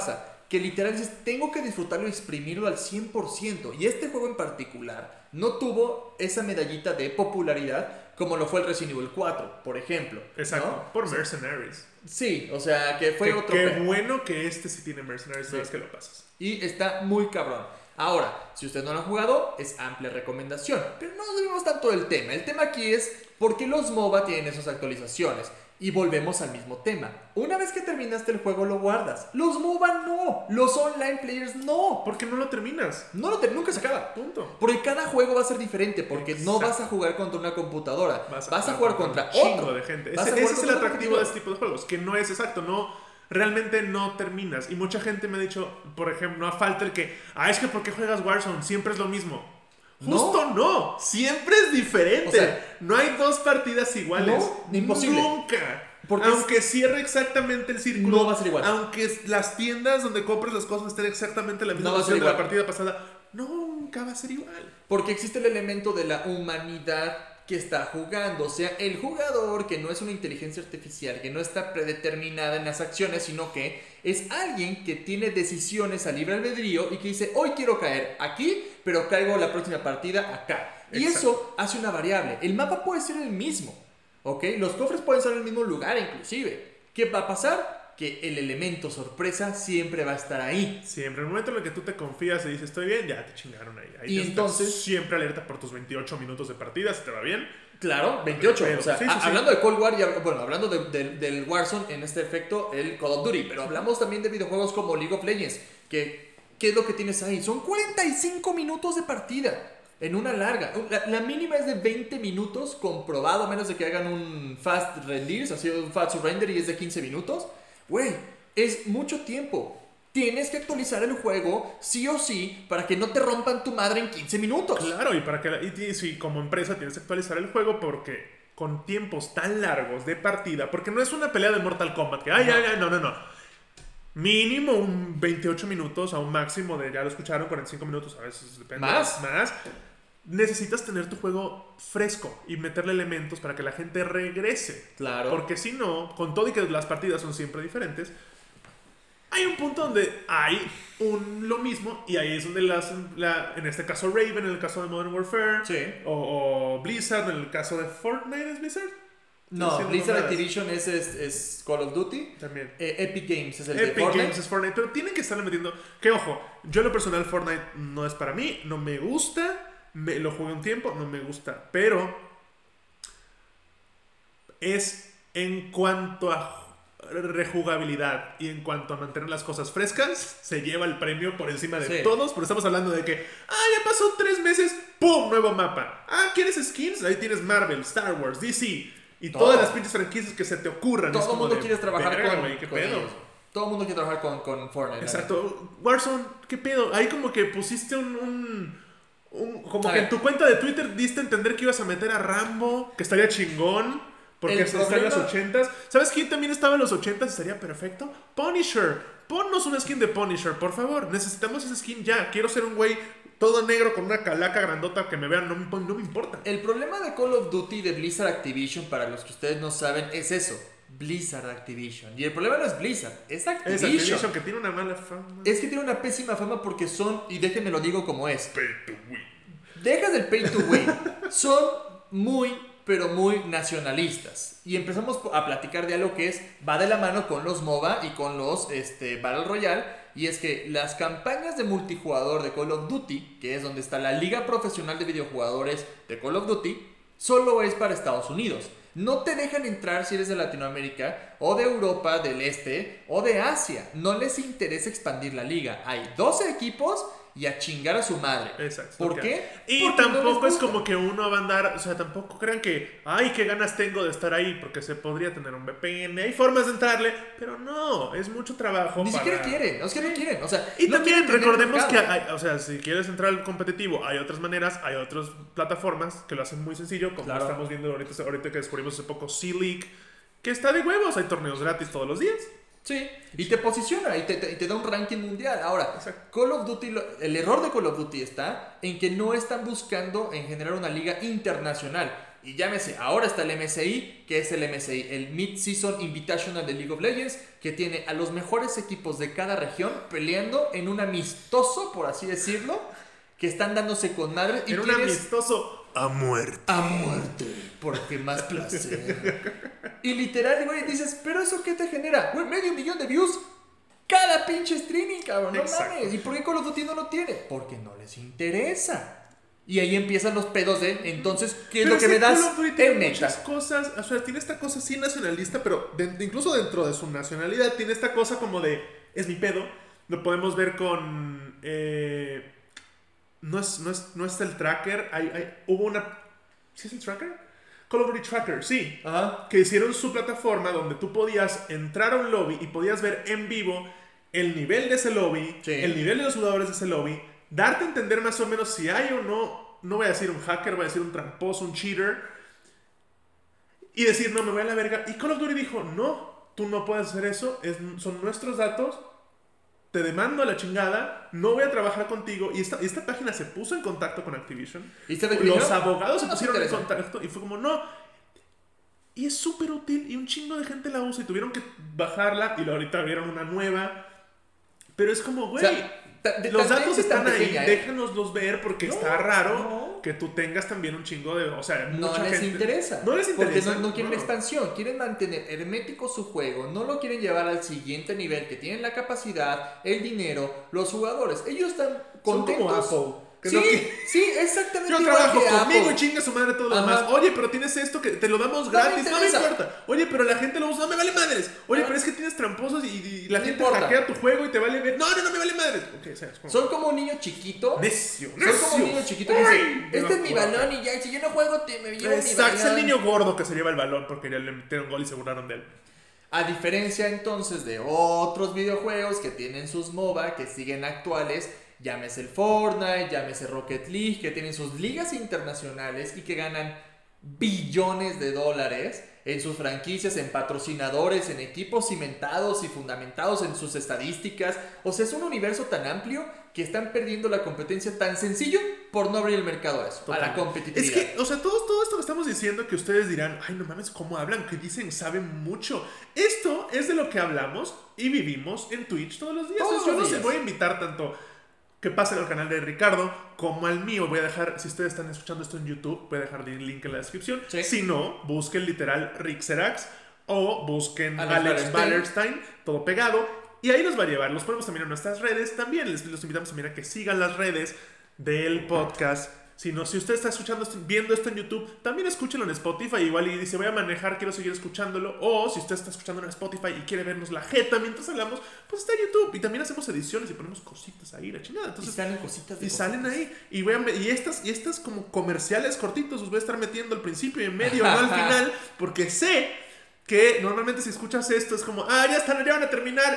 [SPEAKER 1] que literal dices, tengo que disfrutarlo y exprimirlo al 100%. Y este juego en particular no tuvo esa medallita de popularidad como lo fue el Resident Evil 4, por ejemplo.
[SPEAKER 2] Exacto,
[SPEAKER 1] ¿no?
[SPEAKER 2] por Mercenaries.
[SPEAKER 1] Sí, o sea, que fue otro...
[SPEAKER 2] Qué bueno que este sí tiene Mercenaries, sí. Sabes que lo pasas.
[SPEAKER 1] Y está muy cabrón. Ahora, si usted no lo ha jugado, es amplia recomendación. Pero no nos debemos tanto del tema. El tema aquí es por qué los MOBA tienen esas actualizaciones. Y volvemos al mismo tema. Una vez que terminaste el juego, lo guardas. Los MOBA no. Los online players no.
[SPEAKER 2] ¿Por qué no lo terminas?
[SPEAKER 1] Nunca se acaba.
[SPEAKER 2] Punto.
[SPEAKER 1] Porque cada juego va a ser diferente. Porque no vas a jugar contra una computadora. Vas a jugar contra
[SPEAKER 2] un chingo de gente. Ese es el atractivo de este tipo de juegos. Que no es exacto. Realmente no terminas. Y mucha gente me ha dicho, por ejemplo, no falta el que, es que ¿por qué juegas Warzone? Siempre es lo mismo. Justo no. Siempre es diferente. O sea, no hay dos partidas iguales.
[SPEAKER 1] No, imposible.
[SPEAKER 2] Nunca. Porque aunque cierre exactamente el círculo,
[SPEAKER 1] no va a ser igual.
[SPEAKER 2] Aunque las tiendas donde compres las cosas estén exactamente la misma versión de la partida pasada, nunca va a ser igual.
[SPEAKER 1] Porque existe el elemento de la humanidad que está jugando, o sea, el jugador que no es una inteligencia artificial, que no está predeterminada en las acciones, sino que es alguien que tiene decisiones a libre albedrío y que dice, hoy quiero caer aquí, pero caigo la próxima partida acá. Y eso hace una variable. El mapa puede ser el mismo, ¿ok? Los cofres pueden ser en el mismo lugar inclusive. ¿Qué va a pasar? Que el elemento sorpresa siempre va a estar ahí.
[SPEAKER 2] Siempre. En el momento en el que tú te confías y dices, estoy bien, ya te chingaron ahí.
[SPEAKER 1] Y entonces...
[SPEAKER 2] siempre alerta por tus 28 minutos de partida, si te va bien.
[SPEAKER 1] Claro, 28.
[SPEAKER 2] Pero,
[SPEAKER 1] o sea, hablando de Cold War, hablando del Warzone, en este efecto, el Call of Duty. Pero hablamos también de videojuegos como League of Legends. ¿Qué es lo que tienes ahí? Son 45 minutos de partida. En una larga. La mínima es de 20 minutos comprobado, a menos de que hagan un fast render, así un fast surrender y es de 15 minutos. Güey, es mucho tiempo. Tienes que actualizar el juego sí o sí para que no te rompan tu madre en 15 minutos.
[SPEAKER 2] Claro, y sí, como empresa tienes que actualizar el juego porque con tiempos tan largos de partida, porque no es una pelea de Mortal Kombat que no. Mínimo un 28 minutos a un máximo de, ya lo escucharon, 45 minutos, a veces depende. Más. Necesitas tener tu juego fresco y meterle elementos para que la gente regrese.
[SPEAKER 1] Claro.
[SPEAKER 2] Porque si no, con todo y que las partidas son siempre diferentes, hay un punto donde hay lo mismo y ahí es donde en este caso Raven, en el caso de Modern Warfare,
[SPEAKER 1] sí.
[SPEAKER 2] o Blizzard, en el caso de Fortnite, ¿es Blizzard?
[SPEAKER 1] No, Blizzard Activision es Call of Duty.
[SPEAKER 2] También.
[SPEAKER 1] Epic Games es el
[SPEAKER 2] Epic
[SPEAKER 1] de Fortnite.
[SPEAKER 2] Games es Fortnite, pero tienen que estarle metiendo. Que ojo, yo en lo personal Fortnite no es para mí, no me gusta. Lo jugué un tiempo, no me gusta. Pero es en cuanto a rejugabilidad y en cuanto a mantener las cosas frescas, se lleva el premio por encima de todos. Pero estamos hablando de que, ya pasó 3 meses, ¡pum! Nuevo mapa. ¿Quieres skins? Ahí tienes Marvel, Star Wars, DC y todas las pinches franquicias que se te ocurran.
[SPEAKER 1] Todo el mundo quiere trabajar
[SPEAKER 2] ¿qué pedo?
[SPEAKER 1] Todo el mundo quiere trabajar con Fortnite.
[SPEAKER 2] Exacto. Warzone, ¿qué pedo? Ahí como que pusiste como que en tu cuenta de Twitter diste a entender que ibas a meter a Rambo, que estaría chingón, porque está en los 80s. ¿Sabes quién también estaba en los 80s? Estaría perfecto. Punisher. Ponnos una skin de Punisher, por favor. Necesitamos esa skin ya. Quiero ser un güey todo negro con una calaca grandota que me vean, no me importa.
[SPEAKER 1] El problema de Call of Duty de Blizzard Activision, para los que ustedes no saben, es eso. Blizzard Activision. Y el problema no es Blizzard, es Activision.
[SPEAKER 2] Es Activision, que tiene una mala fama.
[SPEAKER 1] Es que tiene una pésima fama porque son, y déjenme lo digo como es,
[SPEAKER 2] pay to win.
[SPEAKER 1] Dejas del pay to win. Son muy, pero muy nacionalistas. Y empezamos a platicar de algo que va de la mano con los MOBA y con los Battle Royale. Y es que las campañas de multijugador de Call of Duty, que es donde está la liga profesional de videojugadores de Call of Duty, solo es para Estados Unidos. No te dejan entrar si eres de Latinoamérica o de Europa del Este o de Asia. No les interesa expandir la liga. Hay 12 equipos y a chingar a su madre.
[SPEAKER 2] Exacto.
[SPEAKER 1] ¿Por qué?
[SPEAKER 2] Y porque tampoco es como que uno va a andar, o sea, tampoco crean que, qué ganas tengo de estar ahí, porque se podría tener un VPN, hay formas de entrarle, pero no, es mucho trabajo.
[SPEAKER 1] Ni siquiera quieren, es que no quieren, o sea,
[SPEAKER 2] y
[SPEAKER 1] no
[SPEAKER 2] también recordemos que o sea, si quieres entrar al competitivo, hay otras maneras, hay otras plataformas que lo hacen muy sencillo, como
[SPEAKER 1] claro.
[SPEAKER 2] Estamos viendo ahorita que descubrimos hace poco Sea League, que está de huevos, hay torneos gratis todos los días.
[SPEAKER 1] Sí, y te posiciona y te da un ranking mundial. Ahora,
[SPEAKER 2] Exacto.
[SPEAKER 1] Call of Duty, el error de Call of Duty está en que no están buscando en generar una liga internacional. Y llámese, ahora está el MSI, que es el MSI, el Mid-Season Invitational de League of Legends, que tiene a los mejores equipos de cada región peleando en un amistoso, por así decirlo, que están dándose con madre.
[SPEAKER 2] En un amistoso a muerte.
[SPEAKER 1] A muerte, porque más placer. Y literal, güey, dices, ¿pero eso qué te genera? Güey, 500,000 de views cada pinche streaming, cabrón, no mames. ¿Y por qué Call of Duty no lo tiene? Porque no les interesa. Y ahí empiezan los pedos de, entonces, ¿qué es lo que me das?
[SPEAKER 2] Call of Duty tiene muchas cosas, o sea, tiene esta cosa así nacionalista, pero incluso dentro de su nacionalidad tiene esta cosa como de, es mi pedo. Lo podemos ver con... No es el tracker, hubo una... ¿Sí es el tracker? Call of Duty Tracker, sí.
[SPEAKER 1] Ajá.
[SPEAKER 2] Que hicieron su plataforma donde tú podías entrar a un lobby y podías ver en vivo el nivel de ese lobby,
[SPEAKER 1] sí,
[SPEAKER 2] el nivel de los jugadores de ese lobby, darte a entender más o menos si hay o no voy a decir un hacker, voy a decir un tramposo, un cheater, y decir, no, me voy a la verga. Y Call of Duty dijo, no, tú no puedes hacer eso, son nuestros datos, te demando a la chingada, no voy a trabajar contigo. Y esta página se puso en contacto con Activision.
[SPEAKER 1] ¿Y se
[SPEAKER 2] los abogados se pusieron en contacto y fue como, no. Y es súper útil y un chingo de gente la usa y tuvieron que bajarla y ahorita vieron una nueva. Pero es como, güey, o sea, los datos están ahí, pequeña, déjanoslos ver porque está raro que tú tengas también un chingo de... O sea,
[SPEAKER 1] no les
[SPEAKER 2] gente,
[SPEAKER 1] interesa.
[SPEAKER 2] No les interesa.
[SPEAKER 1] Porque no quieren expansión, quieren mantener hermético su juego, no lo quieren llevar al siguiente nivel, que tienen la capacidad, el dinero, los jugadores. Ellos están contentos.
[SPEAKER 2] Son como Apple.
[SPEAKER 1] Sí, exactamente.
[SPEAKER 2] Yo trabajo conmigo y chinga su madre todo lo demás. Oye, pero tienes esto que te lo damos gratis. No me importa. Oye, pero la gente lo usa. No me vale madres. Oye, pero es que tienes tramposos y la gente hackea tu juego y te vale ver. No me vale madres. Okay, o sea,
[SPEAKER 1] son como un niño chiquito.
[SPEAKER 2] Necio.
[SPEAKER 1] Son como un niño chiquito que dice, este es mi balón y ya, si yo no juego, me llevo mi balón.
[SPEAKER 2] Es el niño gordo que se lleva el balón porque ya le metieron gol y se burlaron de él.
[SPEAKER 1] A diferencia entonces de otros videojuegos que tienen sus MOBA, que siguen actuales, llámese el Fortnite, llámese Rocket League, que tienen sus ligas internacionales y que ganan billones de dólares en sus franquicias, en patrocinadores, en equipos cimentados y fundamentados en sus estadísticas. O sea, es un universo tan amplio que están perdiendo la competencia tan sencillo por no abrir el mercado a eso, a la competitividad.
[SPEAKER 2] Es que, o sea, todo esto que estamos diciendo, que ustedes dirán, ay, no mames, ¿cómo hablan? Que dicen, saben mucho. Esto es de lo que hablamos y vivimos en Twitch todos los días. Yo no se voy a invitar tanto que pasen al canal de Ricardo como al mío. Voy a dejar, si ustedes están escuchando esto en YouTube, voy a dejar el link en la descripción. Sí. Si no, busquen literal Rixerax o busquen Alex Ballerstein, todo pegado, y ahí nos va a llevar. Los ponemos también en nuestras redes. También los invitamos también a que sigan las redes del podcast. Si usted está viendo esto en YouTube, también escúchenlo en Spotify. Igual y dice, voy a manejar, quiero seguir escuchándolo. O si usted está escuchando en Spotify y quiere vernos la jeta mientras hablamos, pues está en YouTube. Y también hacemos ediciones y ponemos cositas ahí, la chingada. Entonces,
[SPEAKER 1] y salen cositas.
[SPEAKER 2] Y salen ahí. Y estas como comerciales cortitos los voy a estar metiendo al principio y en medio, no al final. Porque sé que normalmente si escuchas esto es como, ya están, ya van a terminar.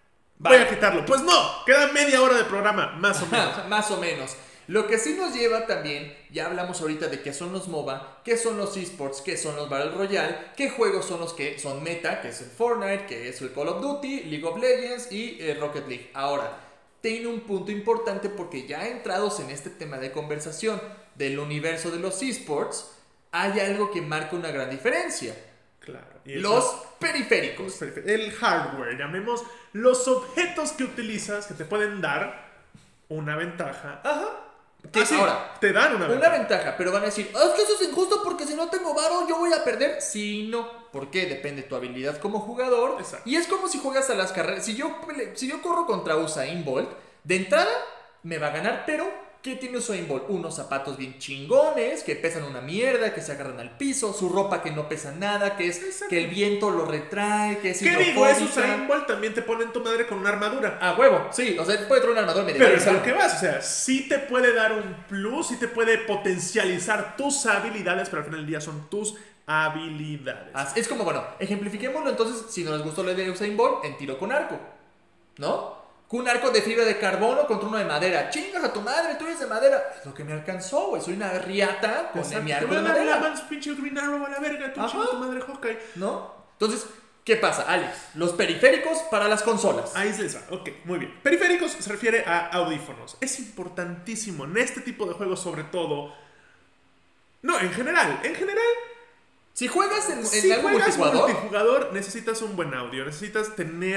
[SPEAKER 2] Voy a quitarlo. Pues no, queda media hora de programa, más o menos.
[SPEAKER 1] Más o menos. Lo que sí nos lleva también, ya hablamos ahorita de qué son los MOBA, qué son los esports, qué son los Battle Royale, qué juegos son los que son meta, que es el Fortnite, que es el Call of Duty, League of Legends y Rocket League. Ahora, tiene un punto importante porque ya entrados en este tema de conversación del universo de los esports, hay algo que marca una gran diferencia.
[SPEAKER 2] Claro.
[SPEAKER 1] Los periféricos.
[SPEAKER 2] El hardware, llamemos los objetos que utilizas que te pueden dar una ventaja.
[SPEAKER 1] Ajá.
[SPEAKER 2] Que ahora te dan una
[SPEAKER 1] ventaja, pero van a decir, es que eso es injusto porque si no tengo varo yo voy a perder. Sí, no, porque depende de tu habilidad como jugador.
[SPEAKER 2] Exacto.
[SPEAKER 1] Y es como si juegas a las carreras. Si yo corro contra Usain Bolt, de entrada me va a ganar, pero ¿qué tiene Usain Bolt? Unos zapatos bien chingones, que pesan una mierda, que se agarran al piso, su ropa que no pesa nada, que el viento lo retrae, que es hidrofóbica.
[SPEAKER 2] ¿Qué digo? Es Usain Bolt, también te ponen tu madre con una armadura.
[SPEAKER 1] A huevo, sí, o sea, te puede traer una armadura medio.
[SPEAKER 2] Pero es a lo que vas, o sea, sí te puede dar un plus, sí te puede potencializar tus habilidades, pero al final del día son tus habilidades.
[SPEAKER 1] Es como, bueno, ejemplifiquémoslo entonces, si no les gustó lo de Usain Bolt, en tiro con arco, ¿no? Con un arco de fibra de carbono contra uno de madera. Chingas a tu madre, tú eres de madera. Es lo que me alcanzó, güey. Soy una riata con mi arco de madera.
[SPEAKER 2] Pinche Green Arrow a la verga, tu madre Hawkeye.
[SPEAKER 1] ¿No? Entonces, ¿Qué pasa, Alex? Los periféricos para las consolas.
[SPEAKER 2] Ahí se les va. Ok, muy bien. Periféricos se refiere a audífonos. Es importantísimo en este tipo de juegos, sobre todo. No, en general.
[SPEAKER 1] Si juegas en
[SPEAKER 2] Si
[SPEAKER 1] algo
[SPEAKER 2] juegas
[SPEAKER 1] multijugador,
[SPEAKER 2] necesitas un buen audio. Necesitas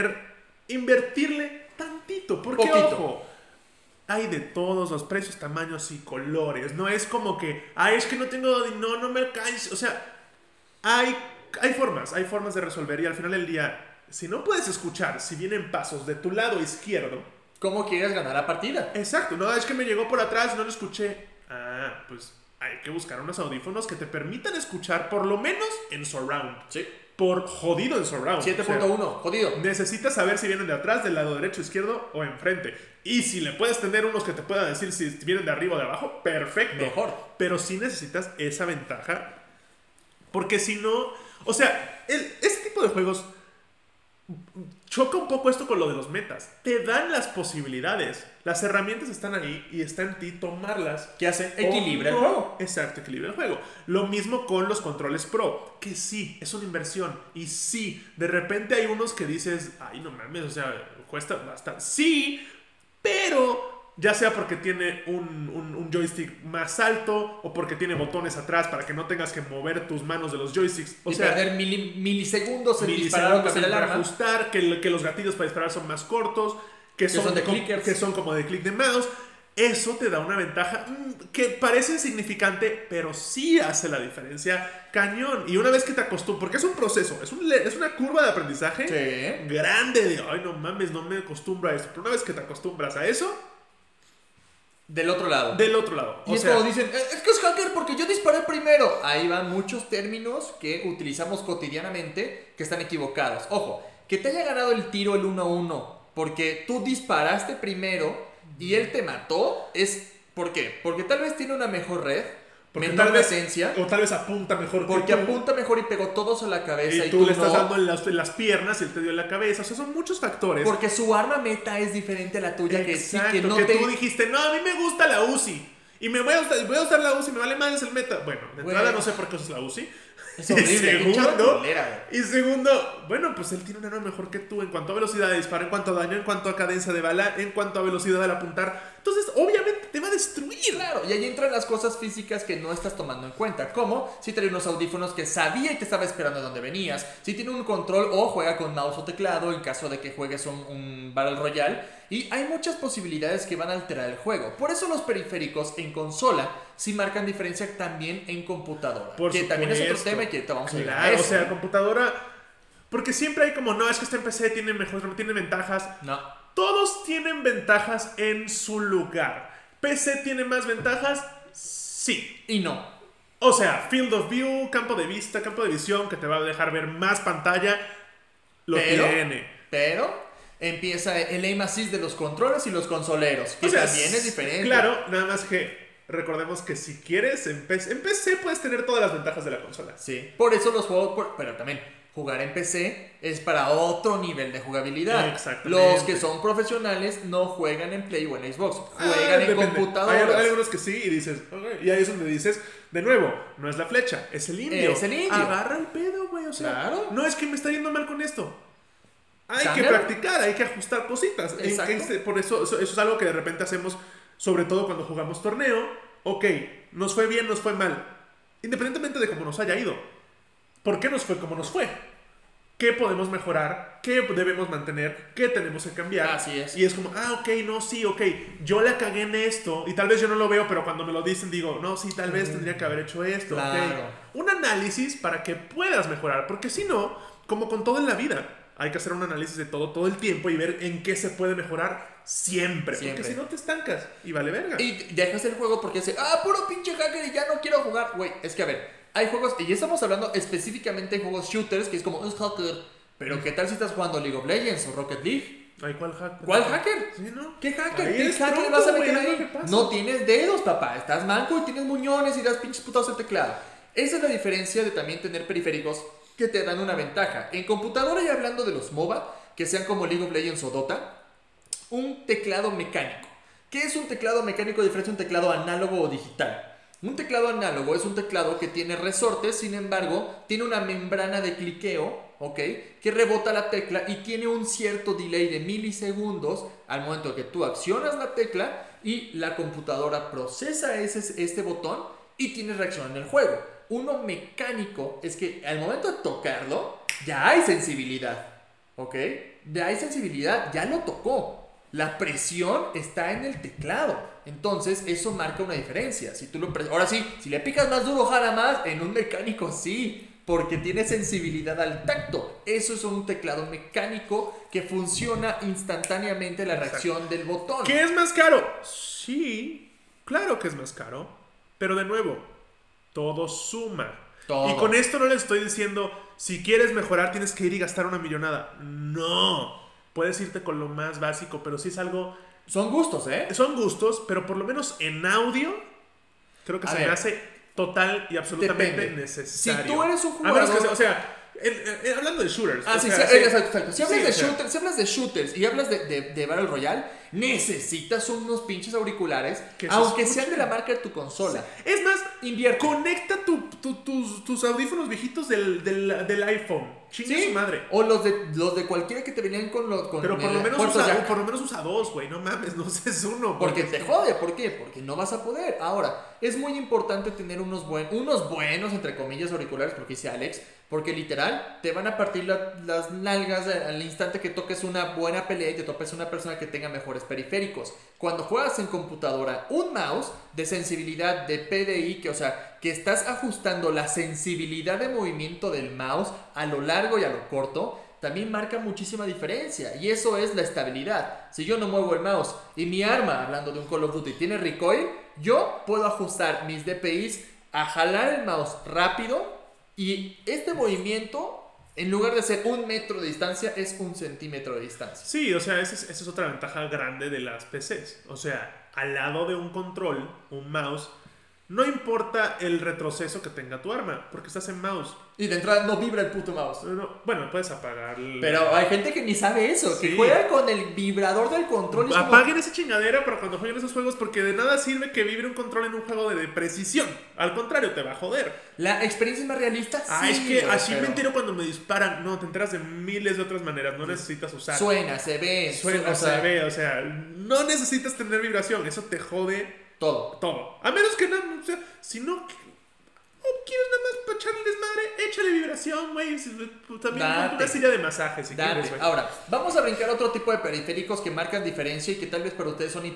[SPEAKER 2] invertirle tantito. Porque,
[SPEAKER 1] Poquito.
[SPEAKER 2] ojo, hay de todos los precios, tamaños y colores. No es como que, es que no tengo, no me alcanza. O sea, hay formas de resolver. Y al final del día, si no puedes escuchar, si vienen pasos de tu lado izquierdo,
[SPEAKER 1] ¿cómo quieres ganar la partida?
[SPEAKER 2] exacto, no, es que me llegó por atrás y no lo escuché. Pues hay que buscar unos audífonos que te permitan escuchar por lo menos en surround.
[SPEAKER 1] Sí.
[SPEAKER 2] Por jodido en surround.
[SPEAKER 1] 7.1, jodido.
[SPEAKER 2] Necesitas saber si vienen de atrás, del lado derecho, izquierdo o enfrente. Y si le puedes tener unos que te puedan decir si vienen de arriba o de abajo, perfecto.
[SPEAKER 1] Mejor.
[SPEAKER 2] Pero sí necesitas esa ventaja. Porque si no... O sea, este tipo de juegos choca un poco esto con lo de los metas. Te dan las posibilidades. Las herramientas están ahí y está en ti tomarlas.
[SPEAKER 1] ¿Qué hacen? Equilibra el juego.
[SPEAKER 2] Exacto, equilibra el juego. Lo mismo con los controles Pro, que sí, es una inversión. Y sí, de repente hay unos que dices, ay, no mames, o sea, cuesta bastante. Sí, pero ya sea porque tiene un joystick más alto o porque tiene botones atrás para que no tengas que mover tus manos de los joysticks. O sea,
[SPEAKER 1] perder milisegundos en disparar o cambiar el
[SPEAKER 2] para
[SPEAKER 1] arma.
[SPEAKER 2] ajustar, que los gatillos para disparar son más cortos, que son
[SPEAKER 1] de clickers.
[SPEAKER 2] Que son como de click de mouse. Eso te da una ventaja que parece insignificante, pero sí hace la diferencia cañón. Y una vez que te acostumbras, porque es un proceso, es una curva de aprendizaje grande de, ay, no mames, no me acostumbro a esto. Pero una vez que te acostumbras a eso...
[SPEAKER 1] Del otro lado.
[SPEAKER 2] Y
[SPEAKER 1] es como dicen, es que es hacker porque yo disparé primero. Ahí van muchos términos que utilizamos cotidianamente que están equivocados. Ojo, que te haya ganado el tiro el 1-1 porque tú disparaste primero y él te mató, ¿por qué? Porque tal vez tiene una mejor red, menor latencia.
[SPEAKER 2] O tal vez apunta mejor
[SPEAKER 1] porque
[SPEAKER 2] que tú.
[SPEAKER 1] apunta mejor y pegó todos a la cabeza.
[SPEAKER 2] Y tú le estás dando en las piernas y él te dio en la cabeza. O sea, son muchos factores.
[SPEAKER 1] Porque su arma meta es diferente a la tuya.
[SPEAKER 2] Exacto,
[SPEAKER 1] que
[SPEAKER 2] tú dijiste, no, a mí me gusta la UCI. Y voy a usar la UCI, me vale más el meta. Bueno, de entrada no sé por qué usas la UCI.
[SPEAKER 1] Es horrible.
[SPEAKER 2] Y segundo, bueno, pues él tiene un arma mejor que tú en cuanto a velocidad de disparo, en cuanto a daño, en cuanto a cadencia de bala, en cuanto a velocidad al apuntar. Entonces, obviamente, te va a destruir.
[SPEAKER 1] Claro, y ahí entran las cosas físicas que no estás tomando en cuenta. Como si trae unos audífonos que sabía y te estaba esperando de donde venías. Si tiene un control o juega con mouse o teclado en caso de que juegues un Battle Royale. Y hay muchas posibilidades que van a alterar el juego. Por eso los periféricos en consola sí marcan diferencia también en computadora. También es otro tema y que te vamos a llegar a eso.
[SPEAKER 2] O sea, computadora... Porque siempre hay como, no, es que está en PC, tiene ventajas.
[SPEAKER 1] No.
[SPEAKER 2] Todos tienen ventajas en su lugar. ¿PC tiene más ventajas? Sí.
[SPEAKER 1] Y no.
[SPEAKER 2] O sea, field of view, campo de vista, campo de visión, que te va a dejar ver más pantalla, tiene.
[SPEAKER 1] Pero empieza el aim assist de los controles y los consoleros, que también es diferente.
[SPEAKER 2] Claro, nada más que recordemos que si quieres, en PC puedes tener todas las ventajas de la consola.
[SPEAKER 1] Sí, por eso los juegos, pero también jugar en PC es para otro nivel de jugabilidad.
[SPEAKER 2] Exactamente.
[SPEAKER 1] Los que son profesionales no juegan en Play o en Xbox, juegan en computadoras.
[SPEAKER 2] Hay algunos que sí y dices, okay. Y ahí es donde dices, de nuevo, no es la flecha, es el indio. Agarra el pedo, güey, o sea,
[SPEAKER 1] claro.
[SPEAKER 2] No es que me está yendo mal con esto. Hay que practicar, hay que ajustar cositas. Por eso es algo que de repente hacemos, sobre todo cuando jugamos torneo. Ok, nos fue bien, nos fue mal. Independientemente de cómo nos haya ido. ¿Por qué nos fue como nos fue? ¿Qué podemos mejorar? ¿Qué debemos mantener? ¿Qué tenemos que cambiar?
[SPEAKER 1] Así es.
[SPEAKER 2] Y es como, yo la cagué en esto. Y tal vez yo no lo veo, pero cuando me lo dicen digo, no, sí, tal vez tendría que haber hecho esto.
[SPEAKER 1] Claro.
[SPEAKER 2] Okay. Un análisis para que puedas mejorar. Porque si no, como con todo en la vida, hay que hacer un análisis de todo el tiempo y ver en qué se puede mejorar siempre. Porque si no te estancas y vale verga.
[SPEAKER 1] Y dejas el juego porque dice, puro pinche hacker y ya no quiero jugar. Güey, es que a ver, hay juegos, y ya estamos hablando específicamente de juegos shooters, que es como, es hacker. Pero ¿qué tal si estás jugando League of Legends o Rocket League?
[SPEAKER 2] Ay, ¿cuál hacker?
[SPEAKER 1] ¿Cuál hacker?
[SPEAKER 2] Sí, ¿no?
[SPEAKER 1] ¿Qué hacker?
[SPEAKER 2] ¿Qué
[SPEAKER 1] hacker le vas a meter ahí? No tienes dedos, papá. Estás manco y tienes muñones y das pinches putados al teclado. Esa es la diferencia de también tener periféricos que te dan una ventaja. En computadora, y hablando de los MOBA, que sean como League of Legends o Dota, un teclado mecánico. ¿Qué es un teclado mecánico a diferencia de un teclado análogo o digital? Un teclado análogo es un teclado que tiene resortes, sin embargo, tiene una membrana de cliqueo ¿ok? Que rebota la tecla y tiene un cierto delay de milisegundos al momento que tú accionas la tecla y la computadora procesa este botón y tiene reacción en el juego. Uno mecánico es que al momento de tocarlo ya hay sensibilidad, ¿ok? Ya hay sensibilidad, ya lo tocó. La presión está en el teclado. Entonces eso marca una diferencia. Ahora sí, si le picas más duro, jala más. En un mecánico sí, porque tiene sensibilidad al tacto. Eso es un teclado mecánico que funciona instantáneamente la reacción del botón.
[SPEAKER 2] ¿Qué es más caro? Sí, claro que es más caro. Pero de nuevo, todo suma. Todo. Y con esto no les estoy diciendo, si quieres mejorar tienes que ir y gastar una millonada. No. Puedes irte con lo más básico, pero sí es algo...
[SPEAKER 1] Son gustos, ¿eh?
[SPEAKER 2] Son gustos, pero por lo menos en audio creo que se me hace total y absolutamente necesario.
[SPEAKER 1] Si tú eres un jugador...
[SPEAKER 2] hablando de shooters.
[SPEAKER 1] Exacto. Si hablas de shooters y hablas de Battle Royale, necesitas unos pinches auriculares, aunque sean de la marca de tu consola.
[SPEAKER 2] Es más,
[SPEAKER 1] invierte.
[SPEAKER 2] Conecta tus audífonos viejitos del iPhone. Chinga su madre.
[SPEAKER 1] O los de cualquiera que te venían con
[SPEAKER 2] pero por lo menos usa dos, güey. No mames, no uses uno.
[SPEAKER 1] Porque te jode. ¿Por qué? Porque no vas a poder. Ahora, es muy importante tener unos buenos, entre comillas, auriculares, porque dice Alex, porque literal te van a partir las nalgas al instante que toques una buena pelea y te topes una persona que tenga mejores periféricos. Cuando juegas en computadora, un mouse de sensibilidad de PDI, que estás ajustando la sensibilidad de movimiento del mouse a lo largo y a lo corto, también marca muchísima diferencia. Y eso es la estabilidad. Si yo no muevo el mouse y mi arma, hablando de un Call of Duty, tiene recoil, yo puedo ajustar mis DPIs a jalar el mouse rápido, y este movimiento, en lugar de ser 1 metro de distancia, es 1 centímetro de distancia.
[SPEAKER 2] Sí, esa es otra ventaja grande de las PCs. O sea, al lado de un control, un mouse, no importa el retroceso que tenga tu arma, porque estás en mouse.
[SPEAKER 1] Y de entrada no vibra el puto mouse.
[SPEAKER 2] Bueno, puedes apagar
[SPEAKER 1] Pero hay gente que ni sabe eso, que juega con el vibrador del control.
[SPEAKER 2] Apaguen esa chingadera para cuando jueguen esos juegos, porque de nada sirve que vibre un control en un juego de precisión. Al contrario, te va a joder.
[SPEAKER 1] ¿La experiencia es más realista?
[SPEAKER 2] Sí. Es que así me entero cuando me disparan. No, te enteras de miles de otras maneras. No necesitas usar.
[SPEAKER 1] Suena, se ve.
[SPEAKER 2] Se ve. O sea, no necesitas tener vibración. Eso te jode todo. A menos que no, o sea, si no quieres nada más para echarle desmadre, échale vibración, güey. También una silla de masaje si quieres, güey.
[SPEAKER 1] Ahora, vamos a brincar a otro tipo de periféricos que marcan diferencia y que tal vez para ustedes son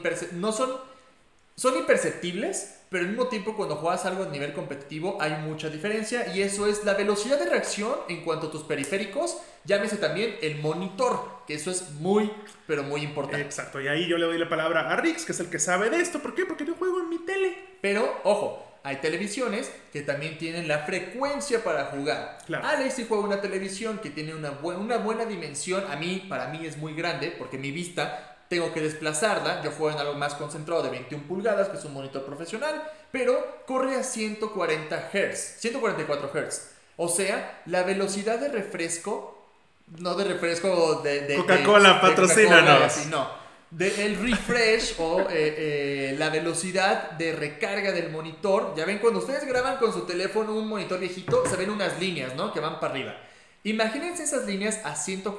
[SPEAKER 1] imperceptibles, pero al mismo tiempo cuando juegas algo a nivel competitivo hay mucha diferencia, y eso es la velocidad de reacción en cuanto a tus periféricos, llámese también el monitor, que eso es muy, pero muy importante.
[SPEAKER 2] Exacto, y ahí yo le doy la palabra a Rix, que es el que sabe de esto. ¿Por qué? Porque yo juego en mi tele.
[SPEAKER 1] Pero, ojo, hay televisiones que también tienen la frecuencia para jugar.
[SPEAKER 2] Claro.
[SPEAKER 1] Alex sí juega una televisión que tiene una buena dimensión. Para mí es muy grande, porque mi vista tengo que desplazarla. Yo juego en algo más concentrado de 21 pulgadas, que es un monitor profesional, pero corre a 140 Hz, 144 Hz. O sea, la velocidad de refresco, no de refresco de
[SPEAKER 2] Coca-Cola, patrocínanos.
[SPEAKER 1] No. El refresh o la velocidad de recarga del monitor. Ya ven, cuando ustedes graban con su teléfono un monitor viejito, se ven unas líneas, ¿no? Que van para arriba. Imagínense esas líneas a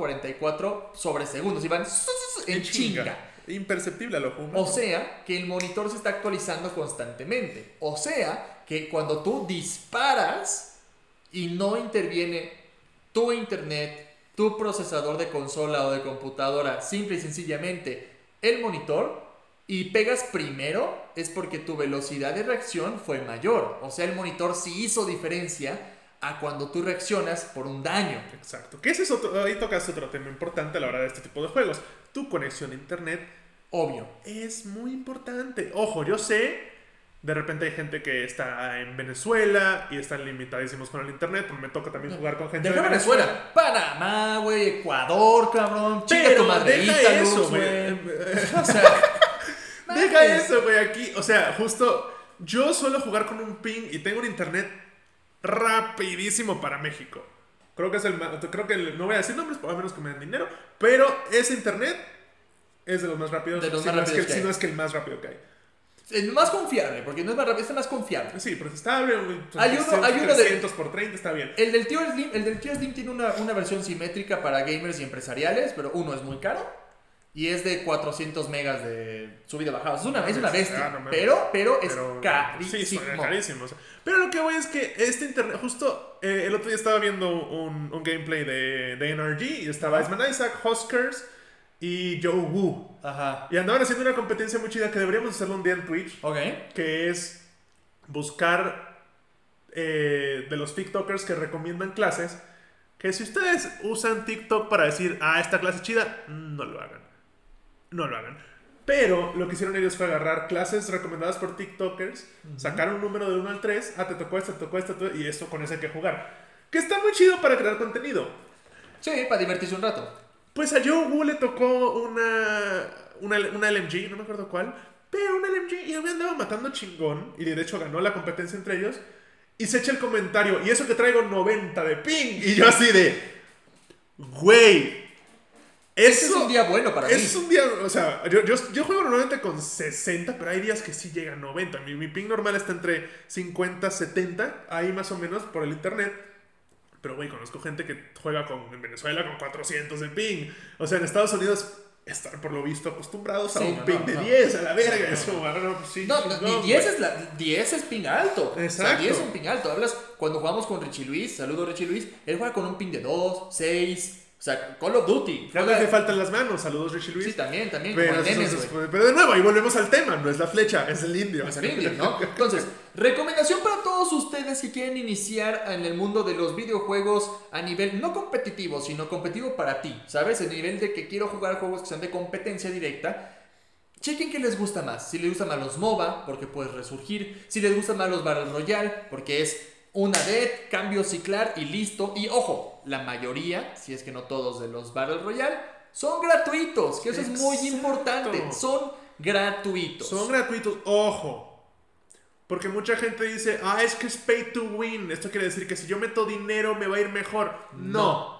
[SPEAKER 1] 144 sobre segundos y van en chinga.
[SPEAKER 2] Imperceptible a lo humano.
[SPEAKER 1] O sea, que el monitor se está actualizando constantemente. O sea, que cuando tú disparas y no interviene tu internet, tu procesador de consola o de computadora, simple y sencillamente el monitor, y pegas primero, es porque tu velocidad de reacción fue mayor. O sea, el monitor sí hizo diferencia a cuando tú reaccionas por un daño.
[SPEAKER 2] Exacto. Que ese es ahí tocas otro tema importante a la hora de este tipo de juegos. Tu conexión a internet,
[SPEAKER 1] obvio,
[SPEAKER 2] es muy importante. Ojo, yo sé, de repente hay gente que está en Venezuela y están limitadísimos con el internet, pero me toca también jugar con gente
[SPEAKER 1] de Venezuela. Panamá, güey, Ecuador, cabrón. Chica tu madreita,
[SPEAKER 2] deja eso, güey. O sea, deja eso, güey, aquí. O sea, justo yo suelo jugar con un ping y tengo un internet rapidísimo para México. Creo que no voy a decir nombres, a menos que me den dinero, pero ese internet es de los más rápidos, si no es que el más rápido que hay.
[SPEAKER 1] Es más confiable, porque no es más rápido, es más confiable.
[SPEAKER 2] Sí, pero es estable.
[SPEAKER 1] Hay uno
[SPEAKER 2] 300 por 30 está bien.
[SPEAKER 1] El del tío Slim tiene una versión simétrica para gamers y empresariales, pero uno es muy caro y es de 400 megas de subida y bajada. Es una bestia, pero es carísimo.
[SPEAKER 2] Sí, es carísimo. O sea, pero lo que voy es que este internet, justo el otro día estaba viendo un gameplay de NRG y estaba Isman Isaac, Huskers y Joe Wu.
[SPEAKER 1] Ajá.
[SPEAKER 2] Y andaban haciendo una competencia muy chida que deberíamos hacerlo un día en Twitch.
[SPEAKER 1] Ok.
[SPEAKER 2] Que es buscar de los TikTokers que recomiendan clases. Que si ustedes usan TikTok para decir, esta clase es chida, no lo hagan. No lo hagan. Pero lo que hicieron ellos fue agarrar clases recomendadas por TikTokers, sacar un número del 1 al 3, te tocó esta, y eso con ese hay que jugar. Que está muy chido para crear contenido.
[SPEAKER 1] Sí, para divertirse un rato.
[SPEAKER 2] Pues a Joe Wu le tocó una LMG, no me acuerdo cuál, pero una LMG y él andaba matando chingón, y de hecho ganó la competencia entre ellos, y se echa el comentario, y eso que traigo 90 de ping, y yo así de, güey,
[SPEAKER 1] Ese es un día bueno para mí.
[SPEAKER 2] Es un día, o sea, yo juego normalmente con 60, pero hay días que sí llegan 90. Mi ping normal está entre 50, 70, ahí más o menos por el internet. Pero, güey, conozco gente que juega en Venezuela con 400 de ping. O sea, en Estados Unidos están por lo visto acostumbrados a un ping de 10 a la verga.
[SPEAKER 1] Ni 10 es ping alto.
[SPEAKER 2] Exacto.
[SPEAKER 1] O sea, 10 es un ping alto. Hablas cuando jugamos con Richie Luis, saludo Richie Luis, él juega con un ping de 2, 6. O sea, Call of Duty.
[SPEAKER 2] Ya no le faltan las manos. Saludos, Richie Luis.
[SPEAKER 1] Sí, también.
[SPEAKER 2] Pero, pero de nuevo, ahí volvemos al tema. No es la flecha, es el indio.
[SPEAKER 1] Es el indio, ¿no? Entonces, recomendación para todos ustedes que quieren iniciar en el mundo de los videojuegos a nivel no competitivo, sino competitivo para ti, ¿sabes? El nivel de que quiero jugar juegos que sean de competencia directa. Chequen qué les gusta más. Si les gustan más los MOBA, porque puedes resurgir. Si les gustan más los Battle Royale, porque es una dead, cambio ciclar y listo. Y ojo, la mayoría, si es que no todos de los Battle Royale, son gratuitos, que eso es muy importante. Son gratuitos.
[SPEAKER 2] Son gratuitos, ojo. Porque mucha gente dice, es que es pay to win. Esto quiere decir que si yo meto dinero me va a ir mejor. No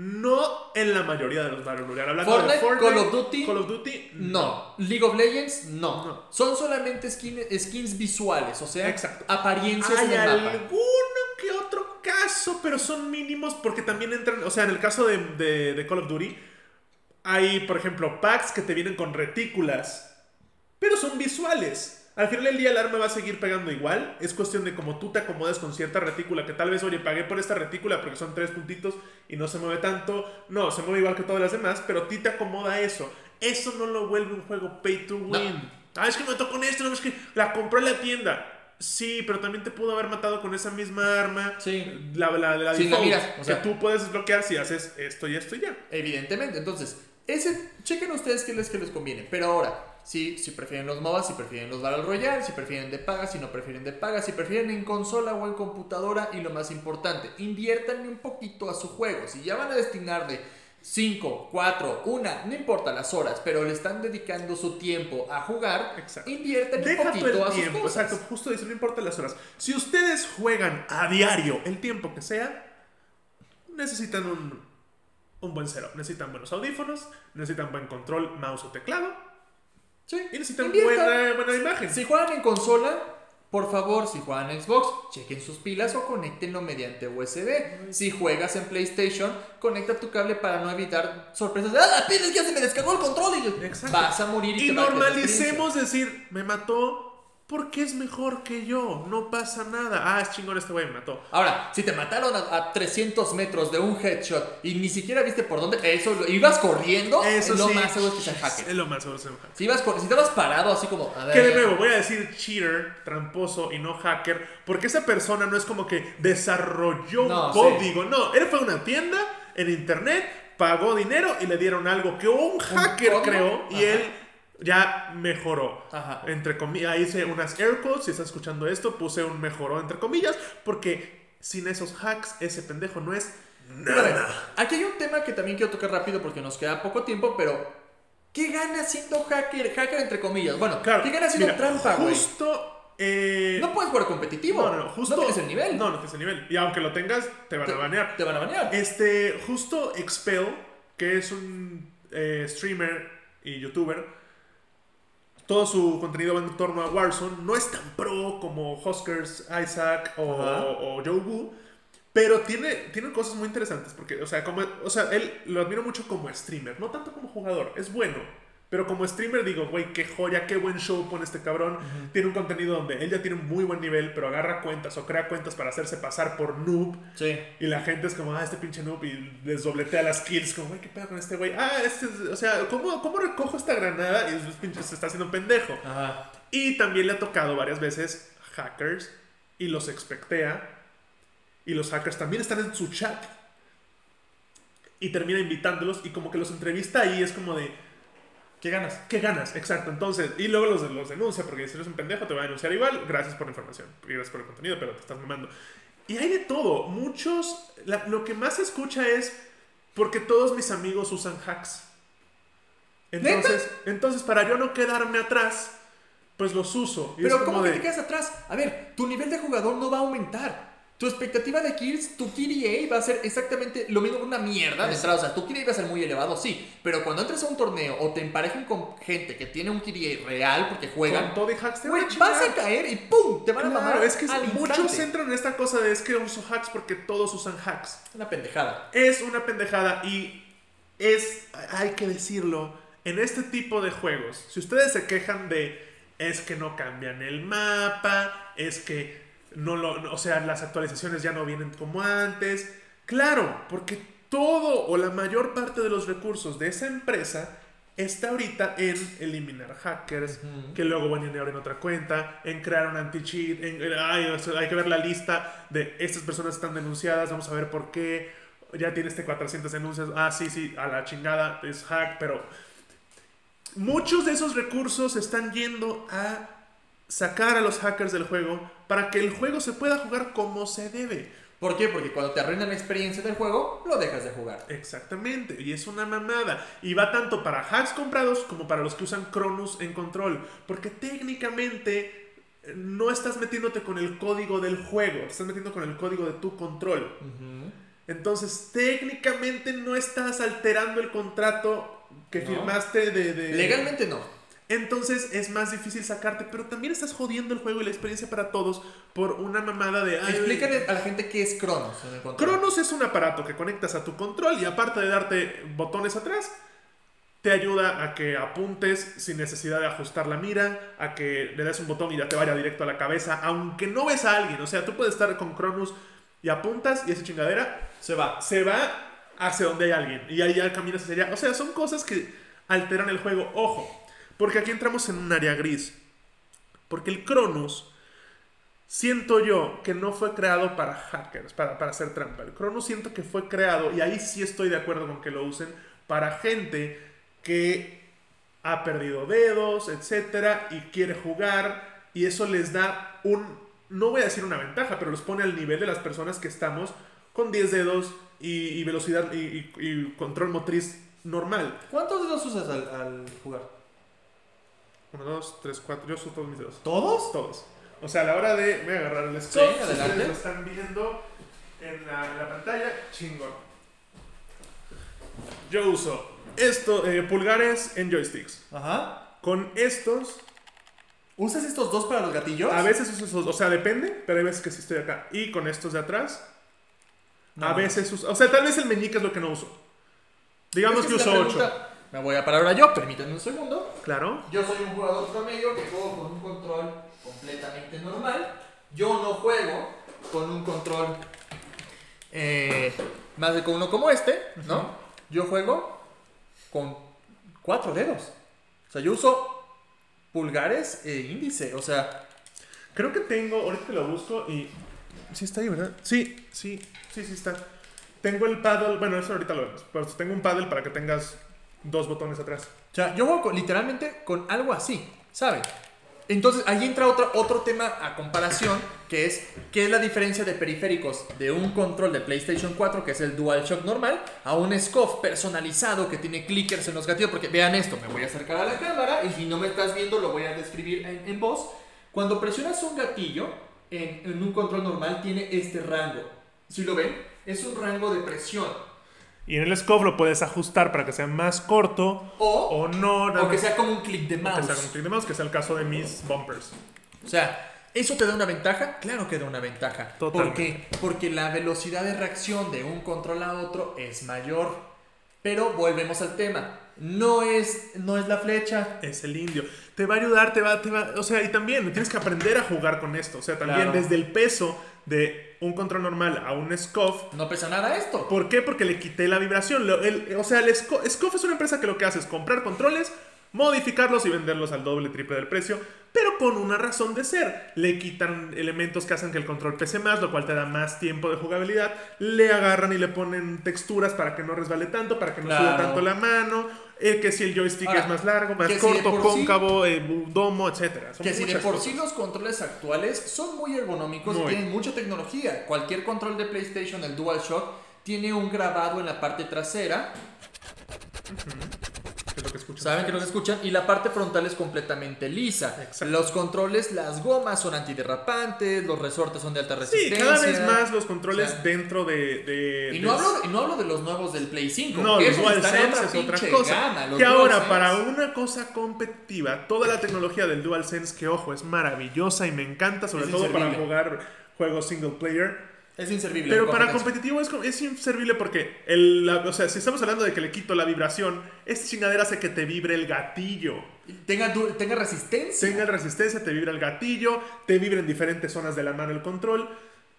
[SPEAKER 2] en la mayoría de los Battle Royale. Hablando de Fortnite, Call of Duty,
[SPEAKER 1] no. League of Legends, no. Son solamente skins visuales, o sea, apariencias en el mapa.
[SPEAKER 2] Hay alguno que otro caso, pero son mínimos porque también entran, o sea, en el caso de Call of Duty, hay, por ejemplo, packs que te vienen con retículas, pero son visuales. Al final del día el arma va a seguir pegando igual. Es cuestión de cómo tú te acomodas con cierta retícula. Que tal vez, oye, pagué por esta retícula porque son 3 puntitos y no se mueve tanto. No, se mueve igual que todas las demás, pero a ti te acomoda eso. Eso no lo vuelve un juego pay to win. No. Es que me tocó con esto, no, es que la compré en la tienda. Sí, pero también te pudo haber matado con esa misma arma.
[SPEAKER 1] Sí.
[SPEAKER 2] La
[SPEAKER 1] default, miras,
[SPEAKER 2] o sea, que tú puedes desbloquear si haces esto y esto y ya.
[SPEAKER 1] Evidentemente, entonces, chequen ustedes qué les conviene. Pero ahora, si prefieren los MOBA, si prefieren los Battle Royale, si prefieren de paga, si no prefieren de paga, si prefieren en consola o en computadora, y lo más importante, inviertan un poquito a su juego. Si ya van a destinarle 5, 4, 1, no importa las horas, pero le están dedicando su tiempo a jugar, inviertan un poquito a sus cosas.
[SPEAKER 2] Exacto, justo eso, no importa las horas. Si ustedes juegan a diario el tiempo que sea, necesitan un buen setup, necesitan buenos audífonos, necesitan buen control, mouse o teclado.
[SPEAKER 1] Sí,
[SPEAKER 2] y necesitan buena imagen.
[SPEAKER 1] Si juegan en consola, por favor, si juegan en Xbox, chequen sus pilas o conéctenlo mediante USB. Si juegas en PlayStation, conecta tu cable para no evitar sorpresas. ¡Ah, pides que ya se me descargó el control! Y vas a morir y te va a
[SPEAKER 2] normalicemos decir, me mató porque es mejor que yo, no pasa nada. Es chingón, este güey me mató.
[SPEAKER 1] Ahora, si te mataron a 300 metros de un headshot y ni siquiera viste por dónde, ibas corriendo,
[SPEAKER 2] eso
[SPEAKER 1] lo más seguro es que sea hacker.
[SPEAKER 2] Es lo más seguro es que sea hacker.
[SPEAKER 1] Si estabas parado así como...
[SPEAKER 2] Que de nuevo, voy a decir cheater, tramposo y no hacker, porque esa persona no es como que desarrolló un código. Sí. No, él fue a una tienda en internet, pagó dinero y le dieron algo que un hacker creó y él... ya mejoró. Entre comillas, ahí hice unas air quotes. Si estás escuchando esto, puse un mejoró entre comillas, porque sin esos hacks, ese pendejo no es nada.
[SPEAKER 1] Aquí hay un tema que también quiero tocar rápido porque nos queda poco tiempo, pero ¿qué gana siendo hacker? Hacker entre comillas. Bueno, claro, ¿qué gana siendo trampa, güey?
[SPEAKER 2] Justo...
[SPEAKER 1] no puedes jugar competitivo.
[SPEAKER 2] Justo,
[SPEAKER 1] no tienes el nivel.
[SPEAKER 2] No tienes el nivel. Y aunque lo tengas, te van a banear.
[SPEAKER 1] Te van a banear.
[SPEAKER 2] Justo Expel, que es un streamer y youtuber, todo su contenido va en torno a Warzone. No es tan pro como Huskers, Isaac o Joe Wu, pero tiene cosas muy interesantes. Porque, o sea, él lo admiro mucho como streamer, no tanto como jugador. Es bueno, pero como streamer digo, güey, qué joya, qué buen show pone este cabrón. Tiene un contenido donde él ya tiene un muy buen nivel, pero agarra cuentas o crea cuentas para hacerse pasar por noob.
[SPEAKER 1] Sí.
[SPEAKER 2] Y la gente es como, este pinche noob, y les dobletea las kills, como, güey, qué pedo con este güey. O sea, ¿cómo recojo esta granada? Y se está haciendo un pendejo.
[SPEAKER 1] Ajá.
[SPEAKER 2] Y también le ha tocado varias veces hackers y los expectea. Y los hackers también están en su chat. Y termina invitándolos y como que los entrevista ahí, es como de...
[SPEAKER 1] ¿Qué ganas?
[SPEAKER 2] ¿Qué ganas? Exacto. Entonces, y luego los denuncia, porque si eres un pendejo te va a denunciar igual. Gracias por la información, gracias por el contenido, pero te estás mamando. Y hay de todo. Muchos, lo que más se escucha es porque todos mis amigos usan hacks. Entonces para yo no quedarme atrás, pues los uso. Y
[SPEAKER 1] pero ¿cómo que te quedas atrás? A ver, tu nivel de jugador no va a aumentar. Tu expectativa de kills, tu KDA va a ser exactamente lo mismo, una mierda de entrada. O sea, tu KDA va a ser muy elevado, sí. Pero cuando entres a un torneo o te emparejen con gente que tiene un KDA real porque juegan,
[SPEAKER 2] con todo y hacks te
[SPEAKER 1] vas a caer y ¡pum! Te van a mamar.
[SPEAKER 2] Es que muchos entran en esta cosa de es que uso hacks porque todos usan hacks.
[SPEAKER 1] Una pendejada.
[SPEAKER 2] Es una pendejada y hay que decirlo, en este tipo de juegos, si ustedes se quejan de es que no cambian el mapa, es que o sea, las actualizaciones ya no vienen como antes. Claro, porque todo o la mayor parte de los recursos de esa empresa está ahorita en eliminar hackers, que luego van a ir en otra cuenta, en crear un anti-cheat, hay que ver la lista de estas personas están denunciadas, vamos a ver por qué, ya tiene 400 denuncias, sí, a la chingada, es hack, pero muchos de esos recursos están yendo a sacar a los hackers del juego para que el juego se pueda jugar como se debe.
[SPEAKER 1] ¿Por qué? Porque cuando te arruinan la experiencia del juego, lo dejas de jugar.
[SPEAKER 2] Exactamente, y es una mamada. Y va tanto para hacks comprados como para los que usan Cronus en control. Porque técnicamente no estás metiéndote con el código del juego, te estás metiendo con el código de tu control. Entonces, técnicamente no estás alterando el contrato que firmaste de...
[SPEAKER 1] Legalmente no.
[SPEAKER 2] Entonces es más difícil sacarte, pero también estás jodiendo el juego y la experiencia para todos por una mamada de...
[SPEAKER 1] Explícale a la gente qué es Cronus en el control.
[SPEAKER 2] Cronus es un aparato que conectas a tu control y aparte de darte botones atrás, te ayuda a que apuntes sin necesidad de ajustar la mira, a que le des un botón y ya te vaya directo a la cabeza, aunque no ves a alguien. O sea, tú puedes estar con Cronus y apuntas y esa chingadera se va hacia donde hay alguien y ahí ya caminas hacia allá. O sea, son cosas que alteran el juego. Ojo, porque aquí entramos en un área gris. Porque el Cronus, siento yo que no fue creado para hackers, para hacer trampa. El Cronus siento que fue creado, y ahí sí estoy de acuerdo con que lo usen, para gente que ha perdido dedos, etcétera, y quiere jugar, y eso les da no voy a decir una ventaja, pero los pone al nivel de las personas que estamos con 10 dedos y velocidad y control motriz normal.
[SPEAKER 1] ¿Cuántos dedos usas al jugar?
[SPEAKER 2] 1, 2, 3, 4. Yo uso todos mis dedos.
[SPEAKER 1] ¿Todos?
[SPEAKER 2] Todos. O sea, a la hora de... Voy a agarrar el scope.
[SPEAKER 1] Sí, adelante.
[SPEAKER 2] Ustedes lo están viendo en la pantalla. Chingón. Yo uso pulgares en joysticks.
[SPEAKER 1] Ajá.
[SPEAKER 2] Con estos...
[SPEAKER 1] ¿Usas estos dos para los gatillos?
[SPEAKER 2] A veces uso esos. O sea, depende, pero hay veces que sí estoy acá. Y con estos de atrás... No. A veces uso... O sea, tal vez el meñique es lo que no uso. Digamos que uso 8.
[SPEAKER 1] Me voy a parar ahora yo, permítanme un segundo.
[SPEAKER 2] Claro.
[SPEAKER 1] Yo soy un jugador promedio que juego con un control completamente normal. Yo no juego con un control más de con uno como este, ¿no? Yo juego con 4 dedos. O sea, yo uso pulgares e índice, o sea...
[SPEAKER 2] Creo que tengo, ahorita que lo busco y... Sí está ahí, ¿verdad? Sí está. Tengo el paddle, bueno, eso ahorita lo vemos, pero tengo un paddle para que tengas 2 botones atrás.
[SPEAKER 1] O sea, yo juego literalmente con algo así, ¿saben? Entonces ahí entra otro tema a comparación, que es ¿qué es la diferencia de periféricos de un control de PlayStation 4, que es el DualShock normal, a un SCUF personalizado que tiene clickers en los gatillos? Porque vean esto, me voy a acercar a la cámara y si no me estás viendo lo voy a describir en voz. Cuando presionas un gatillo en un control normal tiene este rango. Si lo ven, es un rango de presión.
[SPEAKER 2] Y en el SCUF lo puedes ajustar para que sea más corto o no.
[SPEAKER 1] O que sea como un clic de mouse.
[SPEAKER 2] Que sea como un clic de mouse, que sea el caso de mis bumpers.
[SPEAKER 1] O sea, ¿eso te da una ventaja? Claro que da una ventaja.
[SPEAKER 2] Totalmente.
[SPEAKER 1] ¿Por qué? Porque la velocidad de reacción de un control a otro es mayor. Pero volvemos al tema. No es la flecha.
[SPEAKER 2] Es el indio. Te va a ayudar, o sea, y también tienes que aprender a jugar con esto. O sea, también desde el peso de un control normal a un SCUF.
[SPEAKER 1] No pesa nada esto.
[SPEAKER 2] ¿Por qué? Porque le quité la vibración. O sea, el SCUF es una empresa que lo que hace es comprar controles, modificarlos y venderlos al doble, triple del precio, pero con una razón de ser. Le quitan elementos que hacen que el control pese más, lo cual te da más tiempo de jugabilidad. Le agarran y le ponen texturas para que no resbale tanto, para que no suba tanto la mano. Que si el joystick es más largo, más corto, cóncavo, domo, etc.
[SPEAKER 1] Que si de por sí los controles actuales son muy ergonómicos y tienen mucha tecnología. Cualquier control de PlayStation, el DualShock, tiene un grabado en la parte trasera.
[SPEAKER 2] Es lo que escuchan.
[SPEAKER 1] Saben que lo que escuchan. Y la parte frontal es completamente lisa.
[SPEAKER 2] Exacto.
[SPEAKER 1] Los controles, las gomas son antiderrapantes, los resortes son de alta resistencia.
[SPEAKER 2] Sí, cada vez más los controles dentro de...
[SPEAKER 1] Y no hablo de los nuevos del Play 5.
[SPEAKER 2] No, los DualSense es otra cosa.
[SPEAKER 1] Gama,
[SPEAKER 2] que ahora, para una cosa competitiva, toda la tecnología del DualSense, que ojo, es maravillosa y me encanta, sobre todo para jugar juegos single player.
[SPEAKER 1] Es inservible.
[SPEAKER 2] Pero para competitivo es inservible porque, o sea, si estamos hablando de que le quito la vibración, esta chingadera hace que te vibre el gatillo.
[SPEAKER 1] Tenga resistencia.
[SPEAKER 2] Tenga resistencia, te vibra el gatillo, te vibra en diferentes zonas de la mano el control.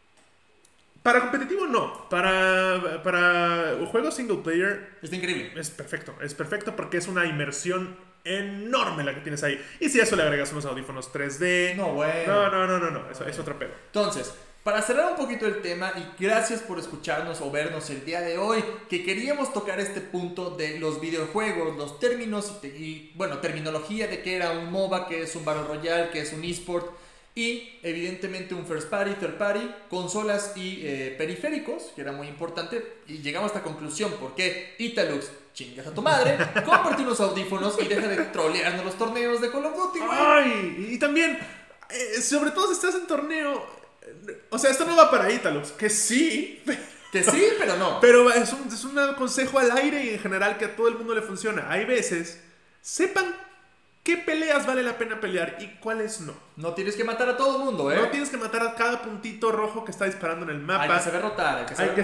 [SPEAKER 2] Para competitivo no. Para juegos single player...
[SPEAKER 1] Está increíble.
[SPEAKER 2] Es perfecto porque es una inmersión enorme la que tienes ahí. Y si a eso le agregas unos audífonos 3D...
[SPEAKER 1] No, bueno.
[SPEAKER 2] No. Eso es otro pedo.
[SPEAKER 1] Entonces... Para cerrar un poquito el tema, y gracias por escucharnos o vernos el día de hoy, que queríamos tocar este punto de los videojuegos, los términos y terminología de que era un MOBA, que es un Battle Royale, que es un eSport, y evidentemente un First Party, Third Party, consolas y periféricos, que era muy importante, y llegamos a esta conclusión, porque Italux, chingas a tu madre, comparte unos audífonos y deja de trolearnos los torneos de Call of Duty, güey.
[SPEAKER 2] Ay, y también, sobre todo si estás en torneo... O sea, esto no va para Italux, que sí,
[SPEAKER 1] pero no.
[SPEAKER 2] Pero es un consejo al aire y en general que a todo el mundo le funciona. Hay veces, sepan qué peleas vale la pena pelear y cuáles no.
[SPEAKER 1] No tienes que matar a todo el mundo, ¿eh?
[SPEAKER 2] No tienes que matar a cada puntito rojo que está disparando en el mapa.
[SPEAKER 1] Hay que saber rotar,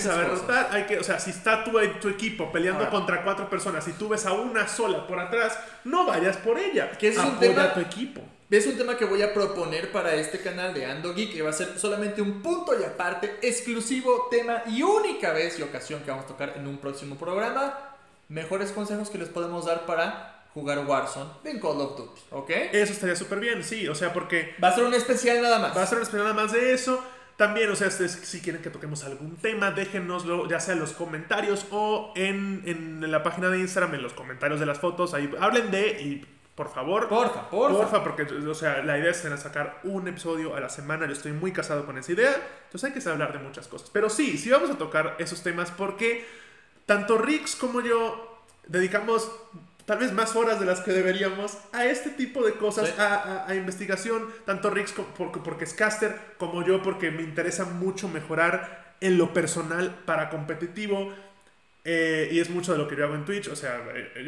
[SPEAKER 2] o sea, si está tu equipo peleando contra 4 personas y tú ves a una sola por atrás, no vayas por ella.
[SPEAKER 1] Que es
[SPEAKER 2] apoya a tu equipo.
[SPEAKER 1] Es un tema que voy a proponer para este canal de Ando Geek, que va a ser solamente un punto y aparte, exclusivo tema y única vez y ocasión que vamos a tocar en un próximo programa. Mejores consejos que les podemos dar para jugar Warzone en Call of Duty, ¿ok?
[SPEAKER 2] Eso estaría súper bien, sí, o sea, porque...
[SPEAKER 1] Va a ser un especial nada más.
[SPEAKER 2] Va a ser un especial nada más de eso. También, o sea, si quieren que toquemos algún tema, déjennoslo, ya sea en los comentarios o en la página de Instagram, en los comentarios de las fotos, ahí hablen y... Por favor. Porfa, porque, o sea, la idea es sacar un episodio a la semana. Yo estoy muy casado con esa idea. Entonces hay que hablar de muchas cosas. Pero sí vamos a tocar esos temas porque tanto Rix como yo dedicamos tal vez más horas de las que deberíamos a este tipo de cosas, sí. a investigación. Tanto Rix porque es caster, como yo porque me interesa mucho mejorar en lo personal para competitivo. Y es mucho de lo que yo hago en Twitch, o sea,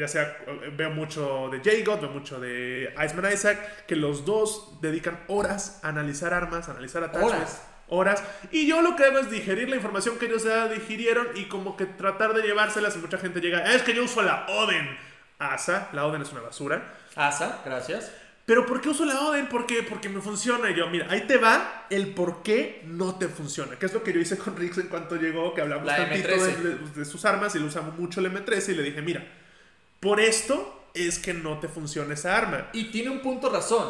[SPEAKER 2] veo mucho de J-God, veo mucho de Iceman Isaac, que los dos dedican horas a analizar armas, a analizar ataques. Horas. Y yo lo que hago es digerir la información que ellos ya digirieron y como que tratar de llevárselas y mucha gente llega, es que yo uso la Oden. Asa, la Oden es una basura.
[SPEAKER 1] Asa, gracias.
[SPEAKER 2] ¿Pero por qué uso la Oden? ¿Por qué? Porque me funciona. Y yo, mira, ahí te va el por qué no te funciona. Que es lo que yo hice con Rix en cuanto llegó, que hablamos tantito de sus armas y le usamos mucho el M13 y le dije, mira, por esto es que no te funciona esa arma.
[SPEAKER 1] Y tiene un punto razón.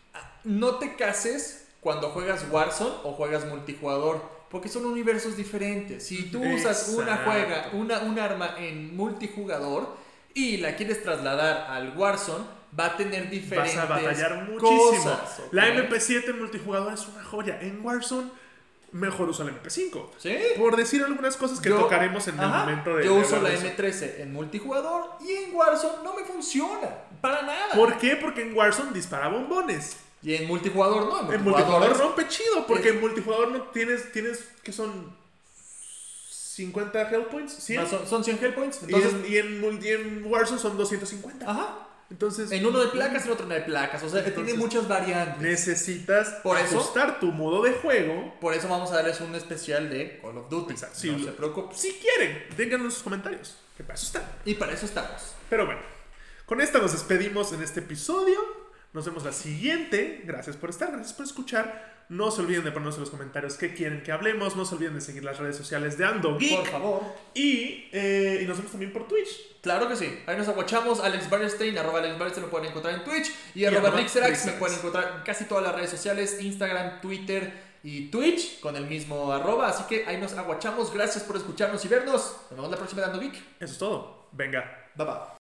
[SPEAKER 1] No te cases cuando juegas Warzone o juegas multijugador, porque son universos diferentes. Si tú usas un arma en multijugador y la quieres trasladar al Warzone, va a tener diferentes
[SPEAKER 2] vas a batallar muchísimo.
[SPEAKER 1] Cosas, ¿okay?
[SPEAKER 2] La MP7 en multijugador es una joya. En Warzone, mejor usa la MP5.
[SPEAKER 1] ¿Sí?
[SPEAKER 2] Por decir algunas cosas que tocaremos en el momento de...
[SPEAKER 1] Yo uso la M13 en multijugador y en Warzone no me funciona. Para nada.
[SPEAKER 2] ¿Por qué? Porque en Warzone dispara bombones.
[SPEAKER 1] Y en multijugador no.
[SPEAKER 2] En multijugador rompe chido. Porque en multijugador no tienes que son 50 Hell Points, 100.
[SPEAKER 1] Son 100 Hell Points. Entonces,
[SPEAKER 2] y en Warzone son 250.
[SPEAKER 1] Ajá.
[SPEAKER 2] Entonces,
[SPEAKER 1] en uno de placas, en otro no de placas. O sea, que tiene muchas variantes.
[SPEAKER 2] Necesitas ajustar tu modo de juego.
[SPEAKER 1] Por eso vamos a darles un especial de Call of Duty.
[SPEAKER 2] Exacto.
[SPEAKER 1] No se preocupen.
[SPEAKER 2] Si quieren, déjanos en sus comentarios. Que para eso están.
[SPEAKER 1] Y para eso estamos.
[SPEAKER 2] Pero bueno, con esta nos despedimos en este episodio. Nos vemos la siguiente. Gracias por estar, gracias por escuchar. No se olviden de ponernos en los comentarios qué quieren que hablemos. No se olviden de seguir las redes sociales de Ando Geek.
[SPEAKER 1] Por favor.
[SPEAKER 2] Y nos vemos también por Twitch.
[SPEAKER 1] Claro que sí. Ahí nos aguachamos. Alex Barstein, @Alex Barstein me pueden encontrar en Twitch. Y @RixErax me pueden encontrar en casi todas las redes sociales: Instagram, Twitter y Twitch con el mismo @. Así que ahí nos aguachamos. Gracias por escucharnos y vernos. Nos vemos la próxima de Ando Geek.
[SPEAKER 2] Eso es todo. Venga.
[SPEAKER 1] Bye bye.